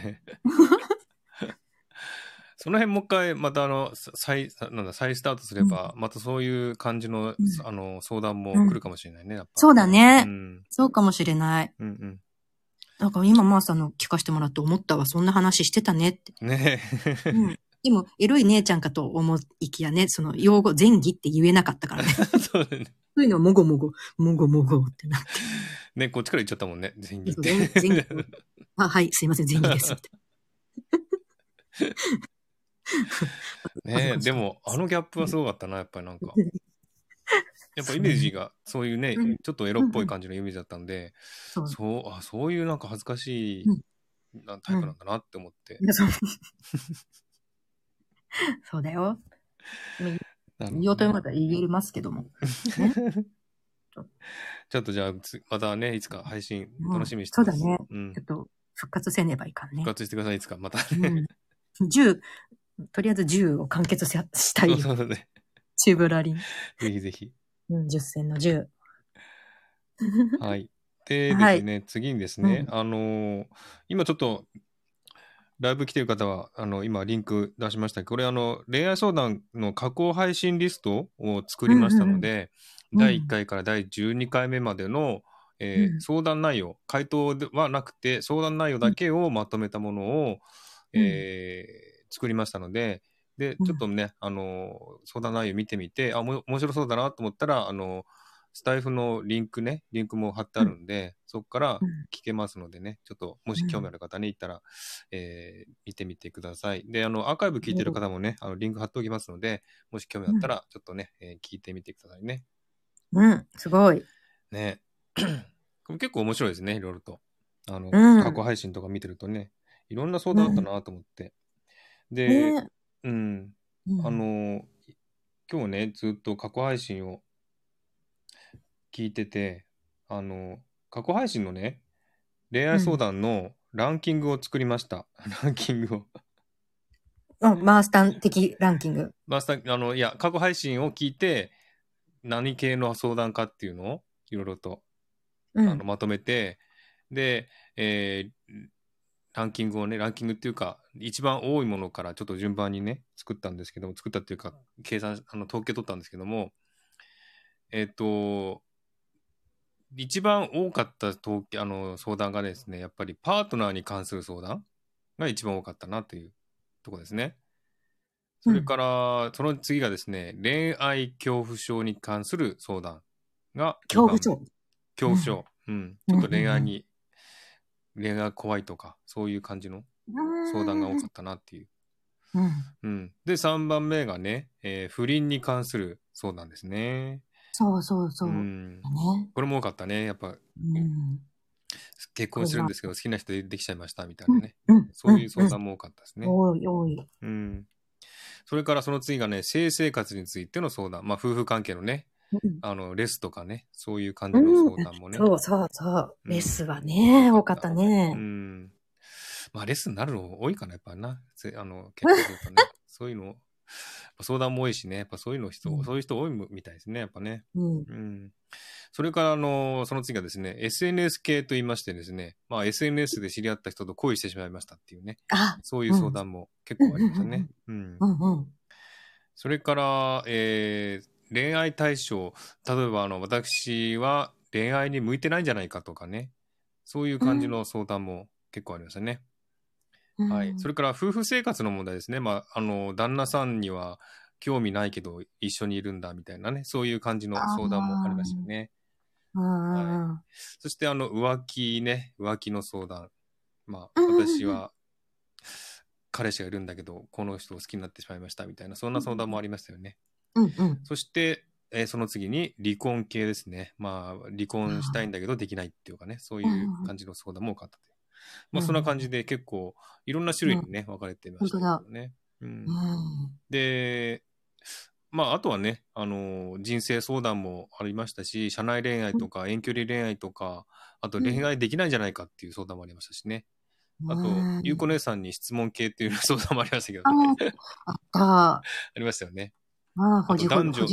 その辺もう一回、また再スタートすれば、またそういう感じの、相談も来るかもしれないね、やっぱ。 そうだね。そうかもしれない。 なんか今、マーさんの聞かせてもらって思ったわ。そんな話してたねって。 ねえ。うん。でも、エロい姉ちゃんかと思いきやね、その用語、前儀って言えなかったからね。 そうだね。 そういうのはもごもごってなって。 ね、こっちから言っちゃったもんね。前儀って。 前儀。あ、はい、すいません、前儀です。 ねえ、でも、あのギャップはすごかったな、やっぱりなんか。やっぱイメージが、そういうね、ちょっとエロっぽい感じのイメージだったんで、そういうなんか恥ずかしいタイプなんだなって思って。 そうだよ。言おうと思ったら言えますけども。ね、 ちょっとじゃあ、またね、いつか配信楽しみにしてます。そうだね。ちょっと復活せねばいかんね。 復活してください、いつか、またね。とりあえず10を完結したい。 そうだね。 チューブラリン。 ぜひぜひ。 10戦の10。 はい。でですね、次にですね、今ちょっと、ライブ来てる方は、今リンク出しましたけど、これ恋愛相談の加工配信リストを作りましたので、第1回から第12回目までの、相談内容、回答ではなくて、相談内容だけをまとめたものを、作りましたので、で、ちょっとね、相談内容見てみて、面白そうだなと思ったら、スタイフのリンクも貼ってあるんで、そこから聞けますのでね、ちょっと、もし興味ある方に行ったら、見てみてください。で、アーカイブ聞いてる方もね、リンク貼っておきますので、もし興味あったら、ちょっとね、聞いてみてくださいね。 すごい。 ね。結構面白いですね、いろいろと。過去配信とか見てるとね、いろんな相談あったなと思って。で、今日ね、ずっと過去配信を聞いてて、過去配信のね、恋愛相談のランキングを作りました。ランキングを。 マースタン的ランキング。 マースタン、いや、過去配信を聞いて、何系の相談かっていうのを、いろいろと、まとめて、で、ランキングっていうか、一番多いものからちょっと順番にね、作ったっていうか、統計取ったんですけども、一番多かった相談がですね、やっぱりパートナーに関する相談が一番多かったなというところですね。それから、その次がですね、恋愛恐怖症に関する相談が恐怖症。 ちょっと恋愛怖いとか、そういう感じの相談が多かったなっていう。で、3番目がね、不倫に関する相談ですね。 そう。 これも多かったね。やっぱ、結婚してるんですけど、好きな人できちゃいましたみたいなね。そういう相談も多かったですね。 多い。 それからその次がね、性生活についての相談。まあ、夫婦関係のね、レスとかね、そういう感じの相談もね。 そう。レスはね、多かったね。 まあ、レスになるの多いかな、やっぱな。結婚するとね。そういうの、相談も多いしね、やっぱそういう人多いみたいですね、やっぱね。それからその次がですね、SNS 系と言いましてですね、まあ SNS で知り合った人と恋してしまいましたっていうね、そういう相談も結構ありましたね。それから、恋愛対象、例えば私は恋愛に向いてないんじゃないかとかね、そういう感じの相談も結構ありましたね。はい。それから夫婦生活の問題ですね。まあ、旦那さんには興味ないけど一緒にいるんだみたいなね、そういう感じの相談もありましたよね。はい。そして浮気の相談。まあ、私は彼氏がいるんだけど、この人を好きになってしまいましたみたいな、そんな相談もありましたよね。そして、その次に離婚系ですね。まあ、離婚したいんだけどできないっていうかね、そういう感じの相談も多かった。まあ、そんな感じで結構いろんな種類にね、分かれてましたけどね。で、まあ、あとはね、人生相談もありましたし、社内恋愛とか遠距離恋愛とか、あと恋愛できないんじゃないかっていう相談もありましたしね。あと、ゆうこ姉さんに質問系っていう相談もありましたけどね。ありましたよね。あと男女、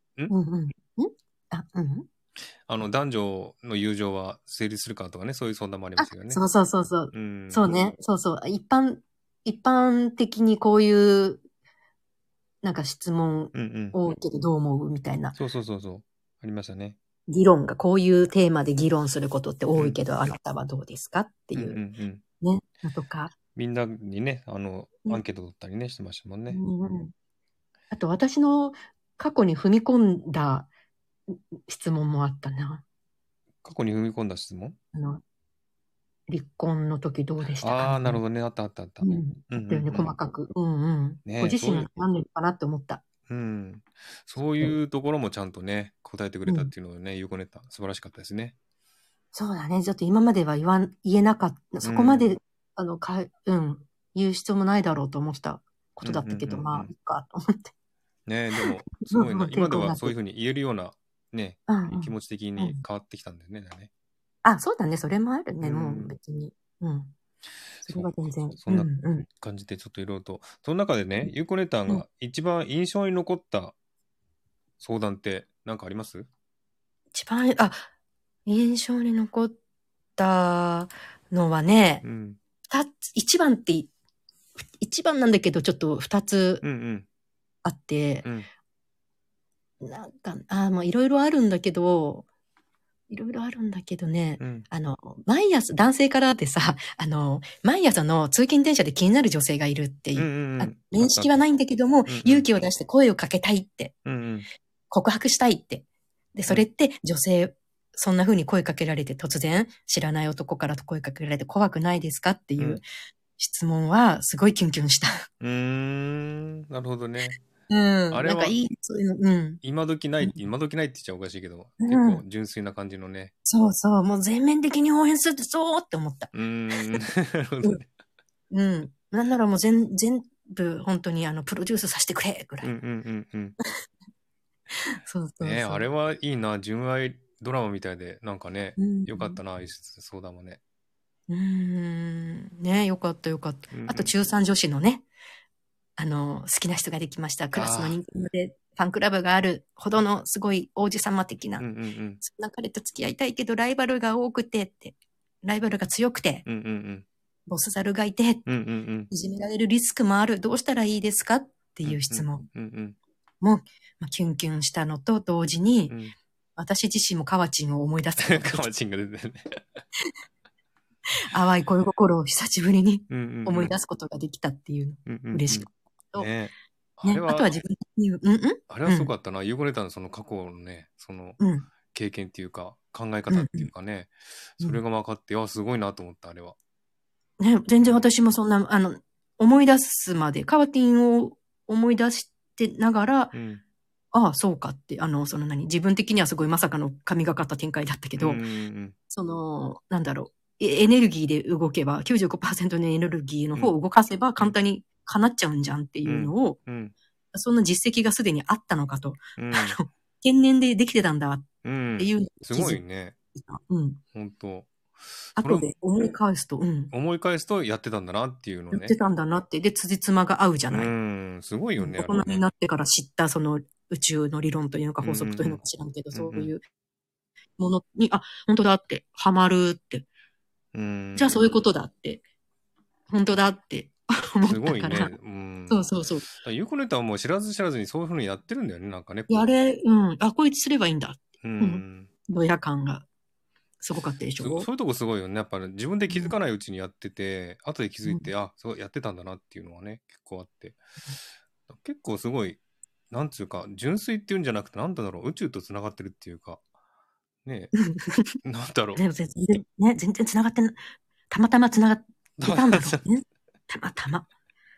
男女の友情は成立するかとかね、そういう相談もありましたよね。 そう。そうね。そう。一般的にこういう、なんか質問を受けてどう思うみたいな。 そう。ありましたね。 議論が、こういうテーマで議論することって多いけど、あなたはどうですかっていう、ね、とか。 みんなにね、アンケート取ったりね、してましたもんね。 あと、私の過去に踏み込んだ質問もあったな。 過去に踏み込んだ質問？ 離婚の時どうでしたか、ね？ ああ、なるほどね。あった。 あったよね、細かく。ね、ご自身が何年かなって思った。 そういうところもちゃんとね、答えてくれたっていうのをね、ゆうこねた。素晴らしかったですね。 そうだね。ちょっと今までは言えなかった。そこまで、言う必要もないだろうと思ってたことだったけど、まあ、いいかと思って。 ね、でも、すごいな。今ではそういうふうに言えるような、ね、気持ち的に変わってきたんだよね。 あ、そうだね。それもあるね。もう別に。それは全然。 そんな感じでちょっといろいろと。その中でね、ゆうこねたんが一番印象に残った相談って何かあります？ 印象に残ったのはね、一番なんだけど、ちょっと二つあって、なんか、まあいろいろあるんだけどね、毎朝、男性からでさ、毎朝の通勤電車で気になる女性がいるっていう、面識はないんだけども、勇気を出して声をかけたいって、告白したいって。で、それって女性、そんな風に声かけられて突然、知らない男から声かけられて怖くないですかっていう質問は、すごいキュンキュンした。 なるほどね。 あれは、そういうの、 今時ないって言っちゃおかしいけど、結構純粋な感じのね。 そうそう、もう全面的に応援するってそうって思った。 なるほどね。 なんならもう全部本当にプロデュースさせてくれぐらい。そう。 ね、あれはいいな、純愛ドラマみたいで、なんかね、よかったな、そうだもんね。 ね、よかった。あと中3女子のね、好きな人ができました。クラスの人気でファンクラブがあるほどのすごい王子様的な。そんな彼と付き合いたいけどライバルが多くてって、ライバルが強くて、ボスザルがいて、いじめられるリスクもある。どうしたらいいですかっていう質問も、キュンキュンしたのと同時に、私自身もカワチンを思い出す。 カワチンが出てるね。 淡い恋心を久しぶりに思い出すことができたっていう嬉しかった。 ね、 あとは自分に、 あれはすごかったな。ゆうこねたのその過去のね、その経験っていうか、考え方っていうかね、それが分かって、すごいなと思った、あれは。 ね、全然私もそんな、思い出すまで、カワティンを思い出してながら、そうかって、自分的にはすごいまさかの神がかった展開だったけど、なんだろう、エネルギーで動けば、95% のエネルギーの方を動かせば簡単に叶っちゃうんじゃんっていうのを、そんな実績がすでにあったのかと、天然でできてたんだっていう、 すごいね。本当。 後で思い返すと、 思い返すとやってたんだなっていうのね。 やってたんだなって。で、辻褄が合うじゃない。 すごいよね。 大人になってから知ったその宇宙の理論というのか法則というのか知らんけど、そういうものに、本当だって、ハマるって。じゃあそういうことだって。本当だって思ったから。すごいね。そう。 ゆうこねたはもう知らず知らずにそういうふうにやってるんだよね、なんかね。 こいつすればいいんだ。ドヤ感がすごかったでしょ。 そういうとこすごいよね。やっぱり自分で気づかないうちにやってて、後で気づいて、そうやってたんだなっていうのはね、結構あって。結構すごい、なんつうか、純粋っていうんじゃなくて、なんだろう、宇宙と繋がってるっていうか、ねなんだろう。 全然繋がってない。たまたま繋がってたんだろうね。たまたま。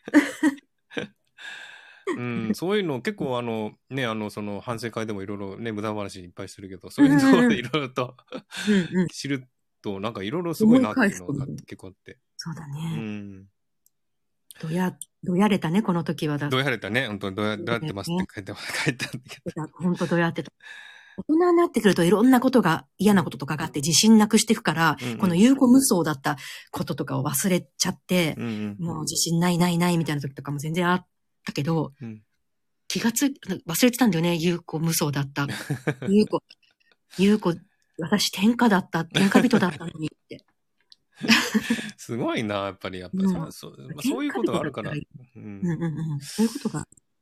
そういうの結構その反省会でもいろいろね、無駄話いっぱいしてるけど、そういうのでいろいろと知ると、なんかいろいろすごいなっていうのが結構あって。 そうだね。どやれたね、この時は。 どやれたね。本当にどやってますって書いてあったんだけど。 本当どやってた。大人になってくるといろんなことが、嫌なこととかがあって自信なくしていくから、この有効無双だったこととかを忘れちゃって、もう自信ないみたいな時とかも全然あったけど、忘れてたんだよね、有効無双だった。有効、私天下人だったのにって。 すごいな、やっぱりそういうことがあるから。 そういうことが。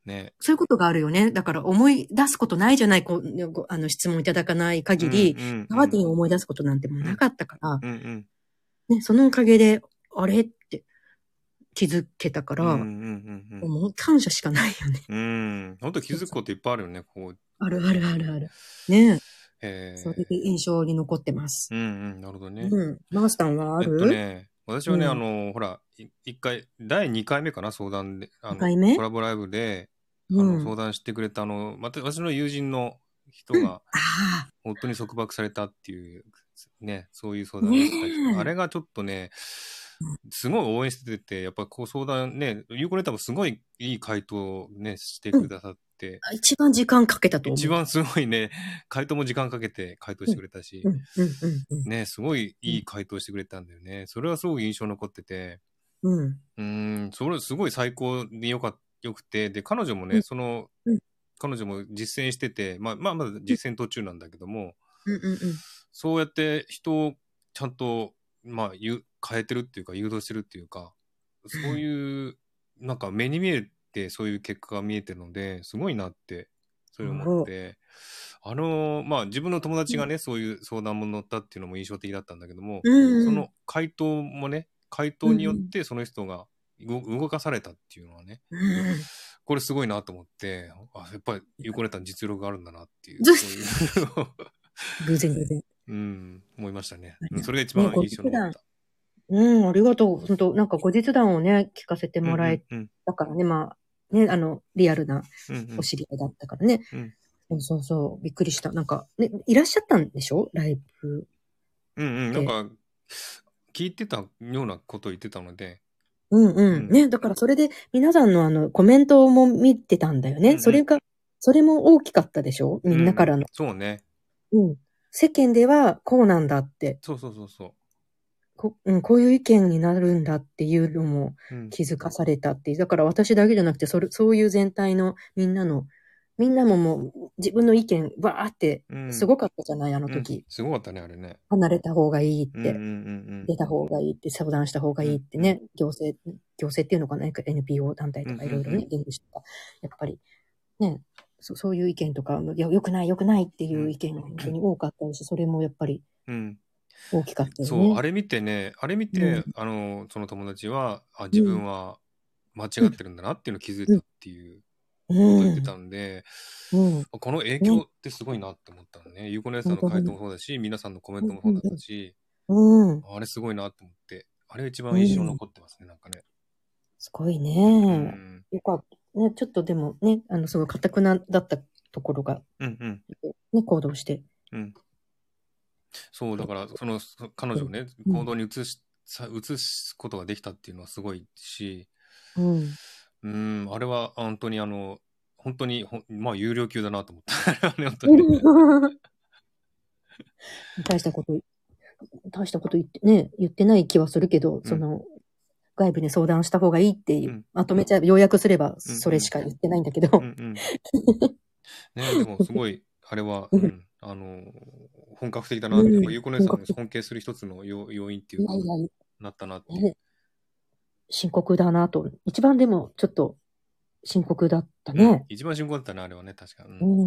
ね。 そういうことがあるよね。だから思い出すことないじゃない、質問いただかない限り、カーティンを思い出すことなんてもうなかったから、ね、そのおかげで、あれって気づけたから、もう感謝しかないよね。 本当気づくこといっぱいあるよね、こう。 ある。ね。それで印象に残ってます。 なるほどね。 マースタンはある？ 私はね、ほら、第2回目かな、相談で、コラボライブで、相談してくれた、私の友人の人が、夫に束縛されたっていう、ね、そういう相談があったりして、あれがちょっとね、すごい応援してて、やっぱこう相談ね、ゆうこねたもすごいいい回答をね、してくださって。 一番時間かけたと思う。 一番すごいね、回答も時間かけて回答してくれたし、ね、すごいいい回答してくれたんだよね。それはすごい印象残ってて、それすごい最高でよくて、で、彼女もね、彼女も実践してて、まだ実践途中なんだけども、そうやって人をちゃんと、変えてるっていうか、誘導してるっていうか、そういう、なんか目に見えてそういう結果が見えてるので、すごいなって、それ思って、自分の友達がね、そういう相談も乗ったっていうのも印象的だったんだけども、その回答によってその人が動かされたっていうのはね、これすごいなと思って、やっぱりゆうこねたん実力があるんだなっていう。 偶然。 思いましたね。それが一番印象に残った。 ありがとう。本当なんか後日談をね、聞かせてもらえたからね、リアルなお知り合いだったからね。そう、びっくりした。なんか、ね、いらっしゃったんでしょ？ライブ。 なんか、聞いてたようなことを言ってたので。 ね、だからそれで皆さんのコメントも見てたんだよね。それも大きかったでしょ？みんなからの。 そうね。 世間ではこうなんだって。 そう。 こういう意見になるんだっていうのも気づかされたっていう。だから私だけじゃなくて、そういう全体のみんなももう自分の意見わーってすごかったじゃない、あの時。 すごかったね、あれね。 離れた方がいいって、出た方がいいって、相談した方がいいってね、行政っていうのかな、NPO 団体とかいろいろね、弁護士とか、やっぱりね、そういう意見とか、良くないっていう意見が本当に多かったし、それもやっぱり、大きかったよね。 そう、あれ見て、その友達は、自分は間違ってるんだなっていうのを気づいたっていうことを言ってたんで、この影響ってすごいなって思ったのね。ゆうこねさんの回答もそうだし、皆さんのコメントもそうだったし、あれすごいなって思って、あれが一番印象残ってますね、なんかね。 すごいね。よかった。ね、ちょっとでもね、すごい堅くなだったところが、ね、行動して。 そう、だから、彼女をね、行動に移すことができたっていうのはすごいし、あれは本当に本当に、有料級だなと思った。あれはね、本当に。 大したこと言ってない気はするけど、外部に相談した方がいいっていう、まとめちゃ要約すればそれしか言ってないんだけど。 ね、でもすごい、あれは、本格的だなって、ゆうこねさんの尊敬する一つの要因っていうか、なったなっていう。 深刻だなと。一番でもちょっと深刻だったね。 一番深刻だったね、あれはね、確か。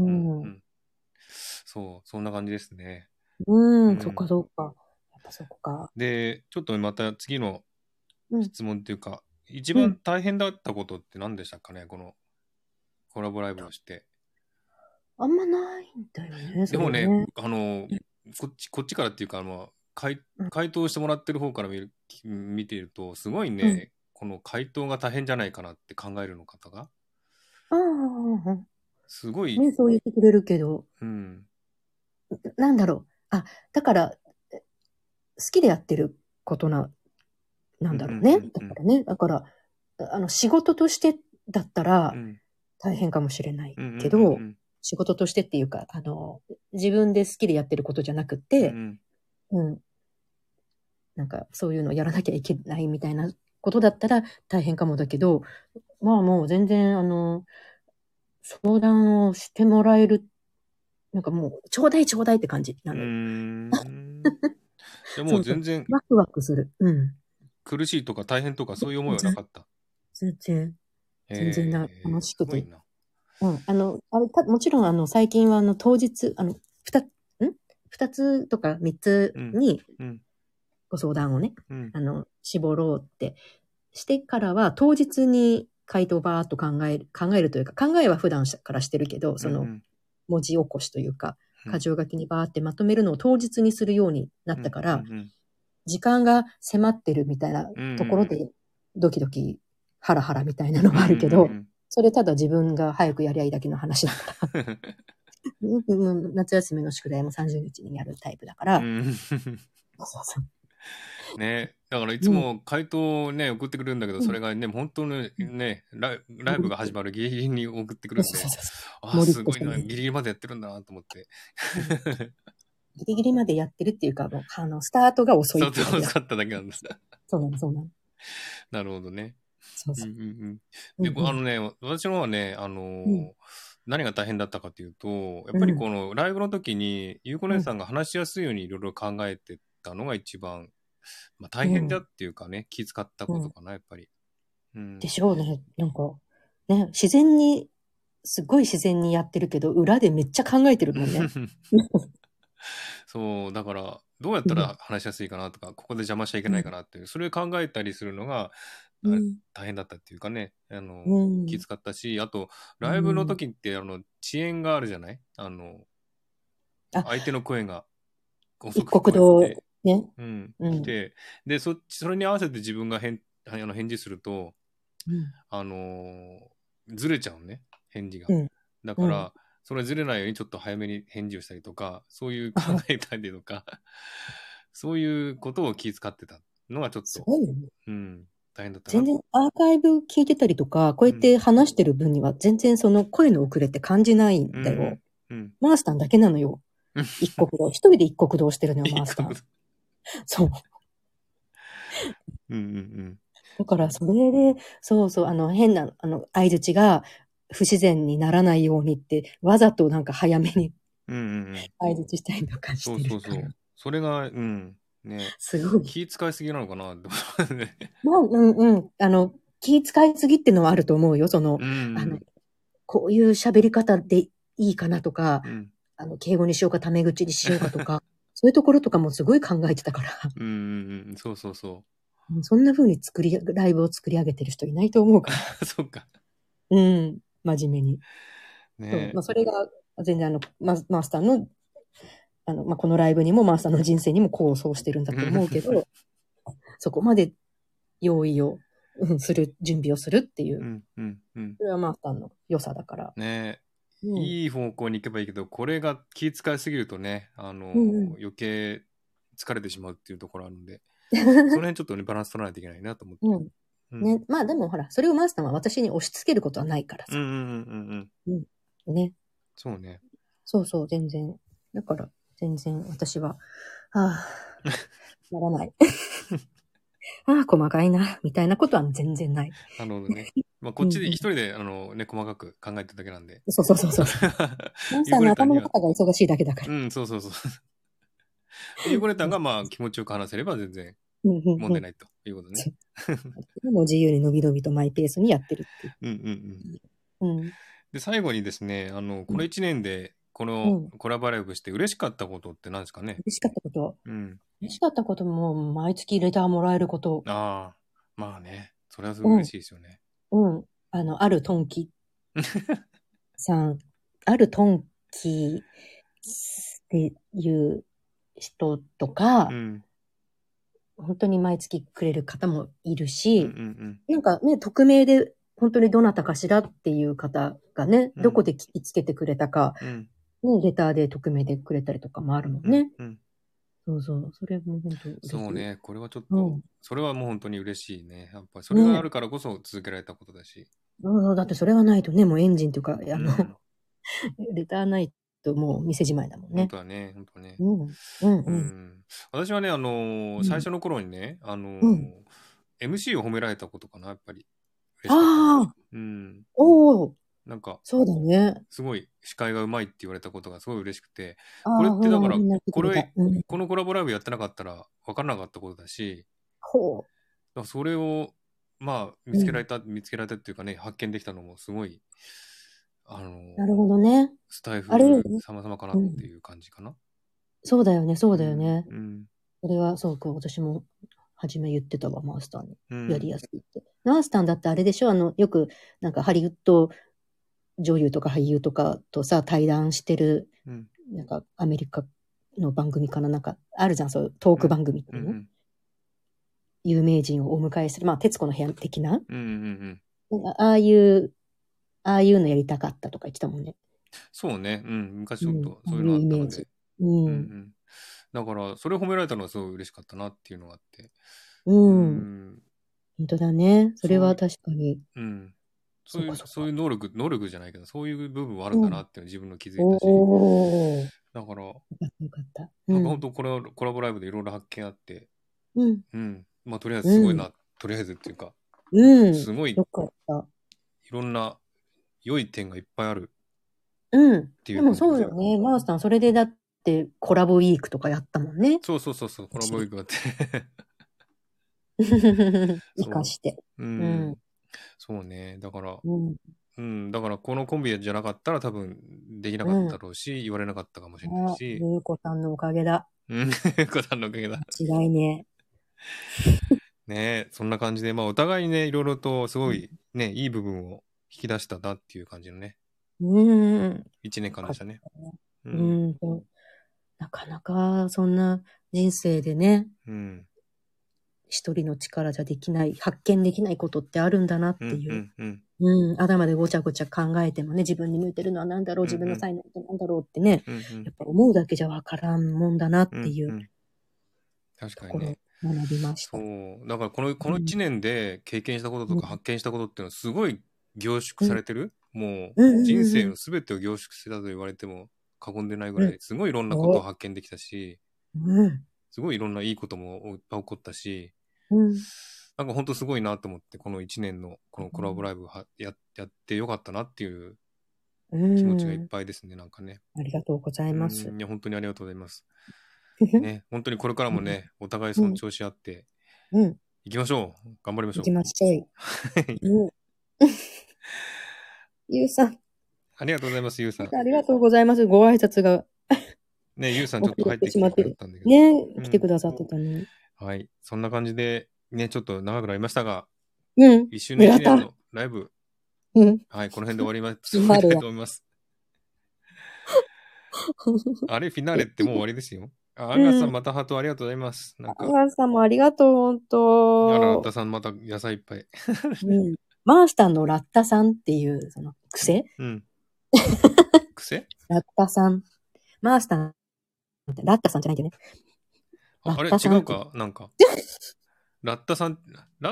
そう、そんな感じですね。 そっかそっか。やっぱそっか。 で、ちょっとまた次の質問っていうか、一番大変だったことって何でしたかね、このコラボライブをして。 あんまないんだよね。 でもね、こっちからっていうか、回答してもらってる方から見ていると、すごいね、この回答が大変じゃないかなって考えるの方が。すごい。 ね、そう言ってくれるけど。なんだろう。だから、好きでやってることなんだろうね。だから、仕事としてだったら、大変かもしれないけど、仕事としてっていうか、自分で好きでやってることじゃなくて、なんかそういうのをやらなきゃいけないみたいなことだったら大変かもだけど、もう全然、相談をしてもらえる、なんかもう、ちょうだいって感じなの。 でも全然、 ワクワクする。 苦しいとか大変とかそういう思いはなかった。 全然楽しくて。 もちろん、最近は、当日、二つとか三つに、ご相談をね、絞ろうってしてからは、当日に回答をバーっと考えるというか、考えは普段からしてるけど、その、文字起こしというか、箇条書きにバーってまとめるのを当日にするようになったから、時間が迫ってるみたいなところで、ドキドキ、ハラハラみたいなのがあるけど、それただ自分が早くやりゃいいだけの話だから。夏休みの宿題も30日にやるタイプだから。そうそうね、だからいつも回答をね、送ってくるんだけど、それがね、本当にね、ライブが始まるギリギリに送ってくるんで、あ、すごいな、ギリギリまでやってるんだなと思って。 ギリギリまでやってるっていうか、スタートが遅いっていう。 遅かっただけなんです。 そうなの、そうなの。 なるほどね。 そうそう。 で、私の方はね、何が大変だったかというと、やっぱりこのライブの時に、ゆうこ姉さんが話しやすいようにいろいろ考えてたのが一番、まあ大変だっていうかね、気遣ったことかな、やっぱり。 でしょうね。なんか、ね、すごい自然にやってるけど、裏でめっちゃ考えてるもんね。 そう、だから、どうやったら話しやすいかなとか、ここで邪魔しちゃいけないかなっていう、それを考えたりするのが、大変だったっていうかね、気遣ったし、あと、ライブの時って、遅延があるじゃない？相手の声が遅く聞こえて。ね。 来て、で、それに合わせて自分が返事すると、ずれちゃうね、返事が。だから、それずれないようにちょっと早めに返事をしたりとか、そういう考えたりとか、そういうことを気遣ってたのがちょっと、大変だったな。 全然アーカイブ聞いてたりとか、こうやって話してる分には全然その声の遅れって感じないんだよ。マースタンだけなのよ。一国道。一人で一国道してるのよ、マースタン。そう。だから、それで、そうそう、変な、相槌が不自然にならないようにって、わざとなんか早めに、相槌したりとかしてるから。そう。 それが、ね。 すごい。 気遣いすぎなのかなって気遣いすぎってのはあると思うよ。こういう喋り方でいいかなとか、敬語にしようか、タメ口にしようかとか、そういうところとかもすごい考えてたから。 そうそうそう。 そんな風にライブを作り上げてる人いないと思うから。 そっか。 真面目に。 ね、 それが全然マスターの、このライブにもマスターの人生にも構想してるんだと思うけど、そこまで用意をする、準備をするっていう。それはマスターの良さだから。 ね、いい方向に行けばいいけど、これが気遣いすぎるとね、余計疲れてしまうっていうところあるんで、その辺ちょっとね、バランス取らないといけないなと思って。 ね、まあでもほら、それをマスターは私に押し付けることはないからさ。ね。 そうね。 そうそう、全然。だから、全然私は、ならない。細かいな、みたいなことは全然ない。 なるほどね。まあ、こっちで一人で、細かく考えてるだけなんで。 そう。マスターの頭の中が忙しいだけだから。 そう。ユーゴレタンがまあ気持ちよく話せれば全然問題ないということね。 もう自由にのびのびとマイペースにやってるっていう。 で、最後にですね、この1年でこのコラボライブして嬉しかったことって何ですかね？ 嬉しかったこと。嬉しかったことも毎月レターもらえること。 ああ、まあね。それはすごい嬉しいですよね。 あるトンキさん、あるトンキっていう人とか、本当に毎月くれる方もいるし、なんかね、匿名で本当にどなたかしらっていう方がね、どこで聞きつけてくれたか、レターで匿名でくれたりとかもあるもんね。そう。それも本当嬉しい。 そうね。これはちょっと、それはもう本当に嬉しいね。やっぱりそれがあるからこそ続けられたことだし。 だってそれがないとね、もうエンジンというか、レターないともう店じまいだもんね。 本当はね。私はね、最初の頃にね、MC を褒められたことかな、やっぱり。なんか、 そうだね。 すごい司会がうまいって言われたことがすごい嬉しくて、これってだから、このコラボライブやってなかったら分からなかったことだし、それを、まあ、見つけられたっていうかね、発見できたのもすごい、 なるほどね。 スタイフ様々かなっていう感じかな。 そうだよね、そうだよね。 うん。 それはそうか、私も初め言ってたわ、マースターに。やりやすいって。マースターだってあれでしょ、よく、なんかハリウッド女優とか俳優とかとさ、対談してる、なんかアメリカの番組かな、なんかあるじゃん、そういうトーク番組っていうの。有名人をお迎えする、まあ、徹子の部屋的な。ああいうのやりたかったとか言ってたもんね。 そうね。うん。昔ちょっとそういうのあったので。だから、それ褒められたのはすごい嬉しかったなっていうのがあって。 本当だね。それは確かに。 そういう能力じゃないけど、そういう部分はあるんだなって自分の気づいたし。だから、 よかった。 なんか本当コラボライブでいろいろ発見あって、まあとりあえずすごいな、とりあえずっていうか、すごい、いろんな良い点がいっぱいある。 でもそうよね。マースさん、それでだってコラボウィークとかやったもんね。 そう、コラボウィークがあって。 生かして。 そうね。だから、だからこのコンビじゃなかったら多分できなかったろうし、言われなかったかもしれないし。 ゆうこさんのおかげだ。 ゆうこさんのおかげだ。 間違いね。 ねえ、そんな感じで、まあお互いね、いろいろとすごいね、いい部分を引き出したなっていう感じのね。1年間でしたね。 なかなかそんな人生でね、一人の力じゃできない、発見できないことってあるんだなっていう。頭でごちゃごちゃ考えてもね、自分に向いてるのは何だろう、自分の才能って何だろうってね、やっぱ思うだけじゃわからんもんだなっていう。 確かにね。 学びました。 そう。だからこの1年で経験したこととか発見したことっていうのはすごい凝縮されてる。もう人生の全てを凝縮してたと言われても過言でないぐらい、すごいいろんなことを発見できたし、すごいいろんないいこともいっぱい起こったし、なんか本当すごいなと思って、この1年のこのコラボライブやってよかったなっていう気持ちがいっぱいですね、なんかね。 ありがとうございます。 いや、本当にありがとうございます。ね、本当にこれからもね、お互い尊重し合って、行きましょう。頑張りましょう。 行きましょう。ゆうさん。 ありがとうございます、ゆうさん。 ありがとうございます。ご挨拶が。 ね、ゆうさんちょっと入ってきてくれたんだけど。 ね、来てくださってたのに。 はい。そんな感じで、ね、ちょっと長くなりましたが、1周年記念のライブ、はい、この辺で終わります。終わりたいと思います。あれ、フィナーレってもう終わりですよ。アンガスさんまたハートありがとうございます。 アンガスさんもありがとう、ほんと。 ラッタさんまた野菜いっぱい。 マースターのラッタさんっていう、その、癖癖ラッタさん。マースター、ラッタさんじゃないんだよね。 あれ違うかなんか。ラッタさんど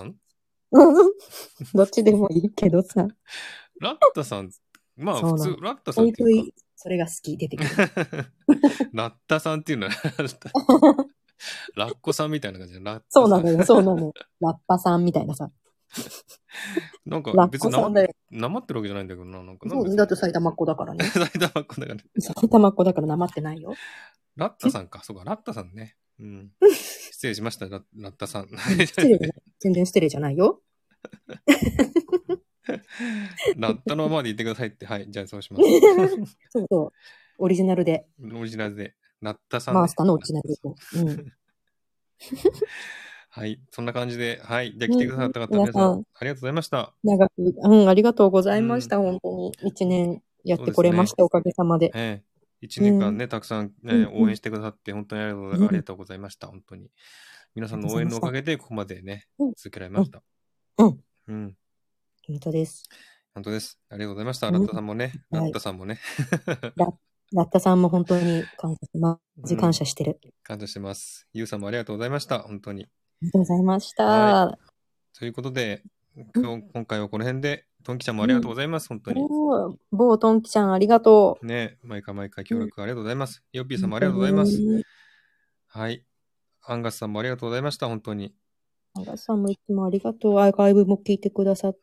っちでもいいけどさ。 ラッタさん、まあ普通、ラッタさんっていうか。 それが好き、出てくる。 ラッタさんっていうのは、ラッコさんみたいな感じで、ラッタそうなのよ、そうなの。ラッパさんみたいなさ。 なんか別になまってるわけじゃないんだけどな。なんかそうだって埼玉っ子だからね。 埼玉っ子だから。 埼玉っ子だからなまってないよ。 ラッタさんか。そうか、ラッタさんね。失礼しました、ラッタさん。 全然失礼じゃないよ。 ラッタのままで言ってくださいって。はい。じゃあそうします。 そうそう。オリジナルで。 オリジナルで。ラッタさん、 マースターのオリジナルで。 はい。そんな感じで、はい。じゃあ来てくださった方、皆さん、ありがとうございました。 長く、ありがとうございました。本当に。1年やってこれました、おかげさまで。 1年間ね、たくさん、応援してくださって、本当にありがとうございました。本当に。皆さんの応援のおかげで、ここまでね、続けられました。 本当です。 本当です。ありがとうございました。ラッタさんもね。ラッタさんもね。 ラッタさんも本当に感謝してる。 感謝してます。ゆうさんもありがとうございました。本当に。 ありがとうございました。 ということで、今回はこの辺で、トンキちゃんもありがとうございます。本当に。 某トンキちゃんありがとう。 ね、毎回協力ありがとうございます。ヨッピーさんもありがとうございます。はい。アンガスさんもありがとうございました。本当に。 アンガスさんもいつもありがとう。アーカイブも聞いてくださって。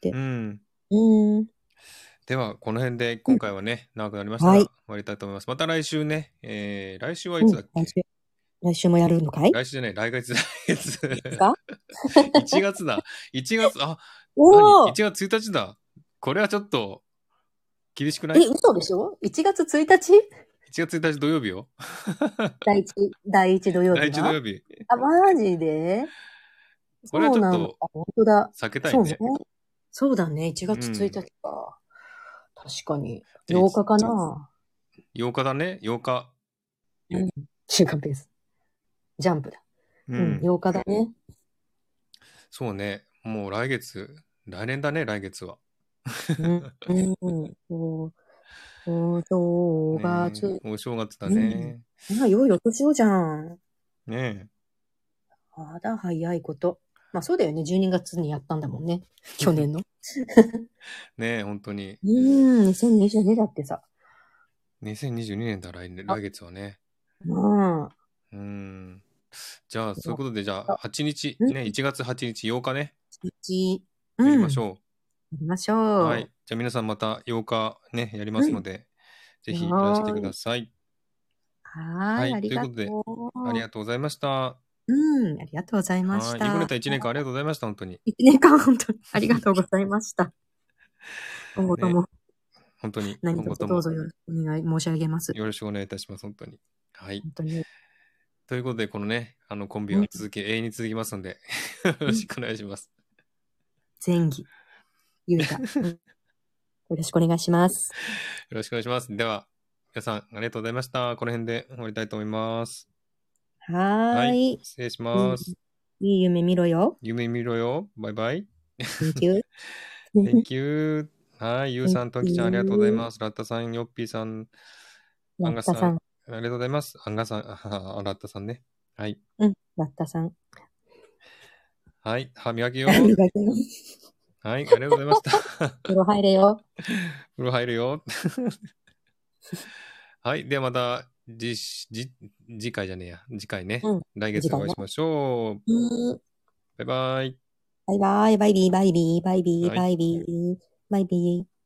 では、この辺で今回はね、長くなりましたが、終わりたいと思います。また来週ね、来週はいつだっけ？ 来週もやるのかい？ 来週じゃない、来月。 か 1月だ。1月、1月1日だ。これはちょっと、 厳しくない？ 嘘でしょ ?1 月1日 ?1 月1日土曜日よ。 第一土曜日は。 第一土曜日。 あ、マジで？ これはちょっと、 本当だ。 避けたいね。 そうだね。1月1日か。確かに。8日かな。 8日だね。8日。 週刊ペース。ジャンプだ。8日だね。 そうね。もう来年だね、来月は。 お正月。 お正月だね。 いよいよ年をじゃん。 ねえ。 まだ早いこと。まあそうだよね。12月にやったんだもんね。去年の。 ねえ、本当に。 2022だってさ。 2022年だ、来月はね。じゃあ、そういうことで、じゃあ、8日、ね、1月8日、8日ね。やりましょう。やりましょう。 はい。じゃあ、皆さんまた8日ね、やりますので、ぜひいらしてください。 はい。 ということで、ありがとうございました。 ありがとうございました。 イグネタ1年間ありがとうございました、本当に。 1年間本当にありがとうございました。今後とも。 本当に。 何卒どうぞよろしくお願い申し上げます。 よろしくお願いいたします、本当に。はい。 本当に。 ということで、このね、コンビは永遠に続きますので、よろしくお願いします。 前儀、ゆうた。よろしくお願いします。 よろしくお願いします。では、皆さん、ありがとうございました。この辺で終わりたいと思います。 はい。 失礼します。 いい夢見ろよ。 夢見ろよ。バイバイ。 Thank you. Thank you. はい。ゆうさん、とんきちゃん、ありがとうございます。ラッタさん、ヨッピーさん、アンガさん、ありがとうございます。アンガさん、ラッタさんね。はい。 ラッタさん。 はい。歯磨きよ。はい。ありがとうございました。 風呂入れよ。 風呂入るよ。はい。ではまた、次回じゃねえや。次回ね。来月お会いしましょう。バイバイ。 バイバイ、バイビー、バイビー、バイビー、バイビー、バイビー。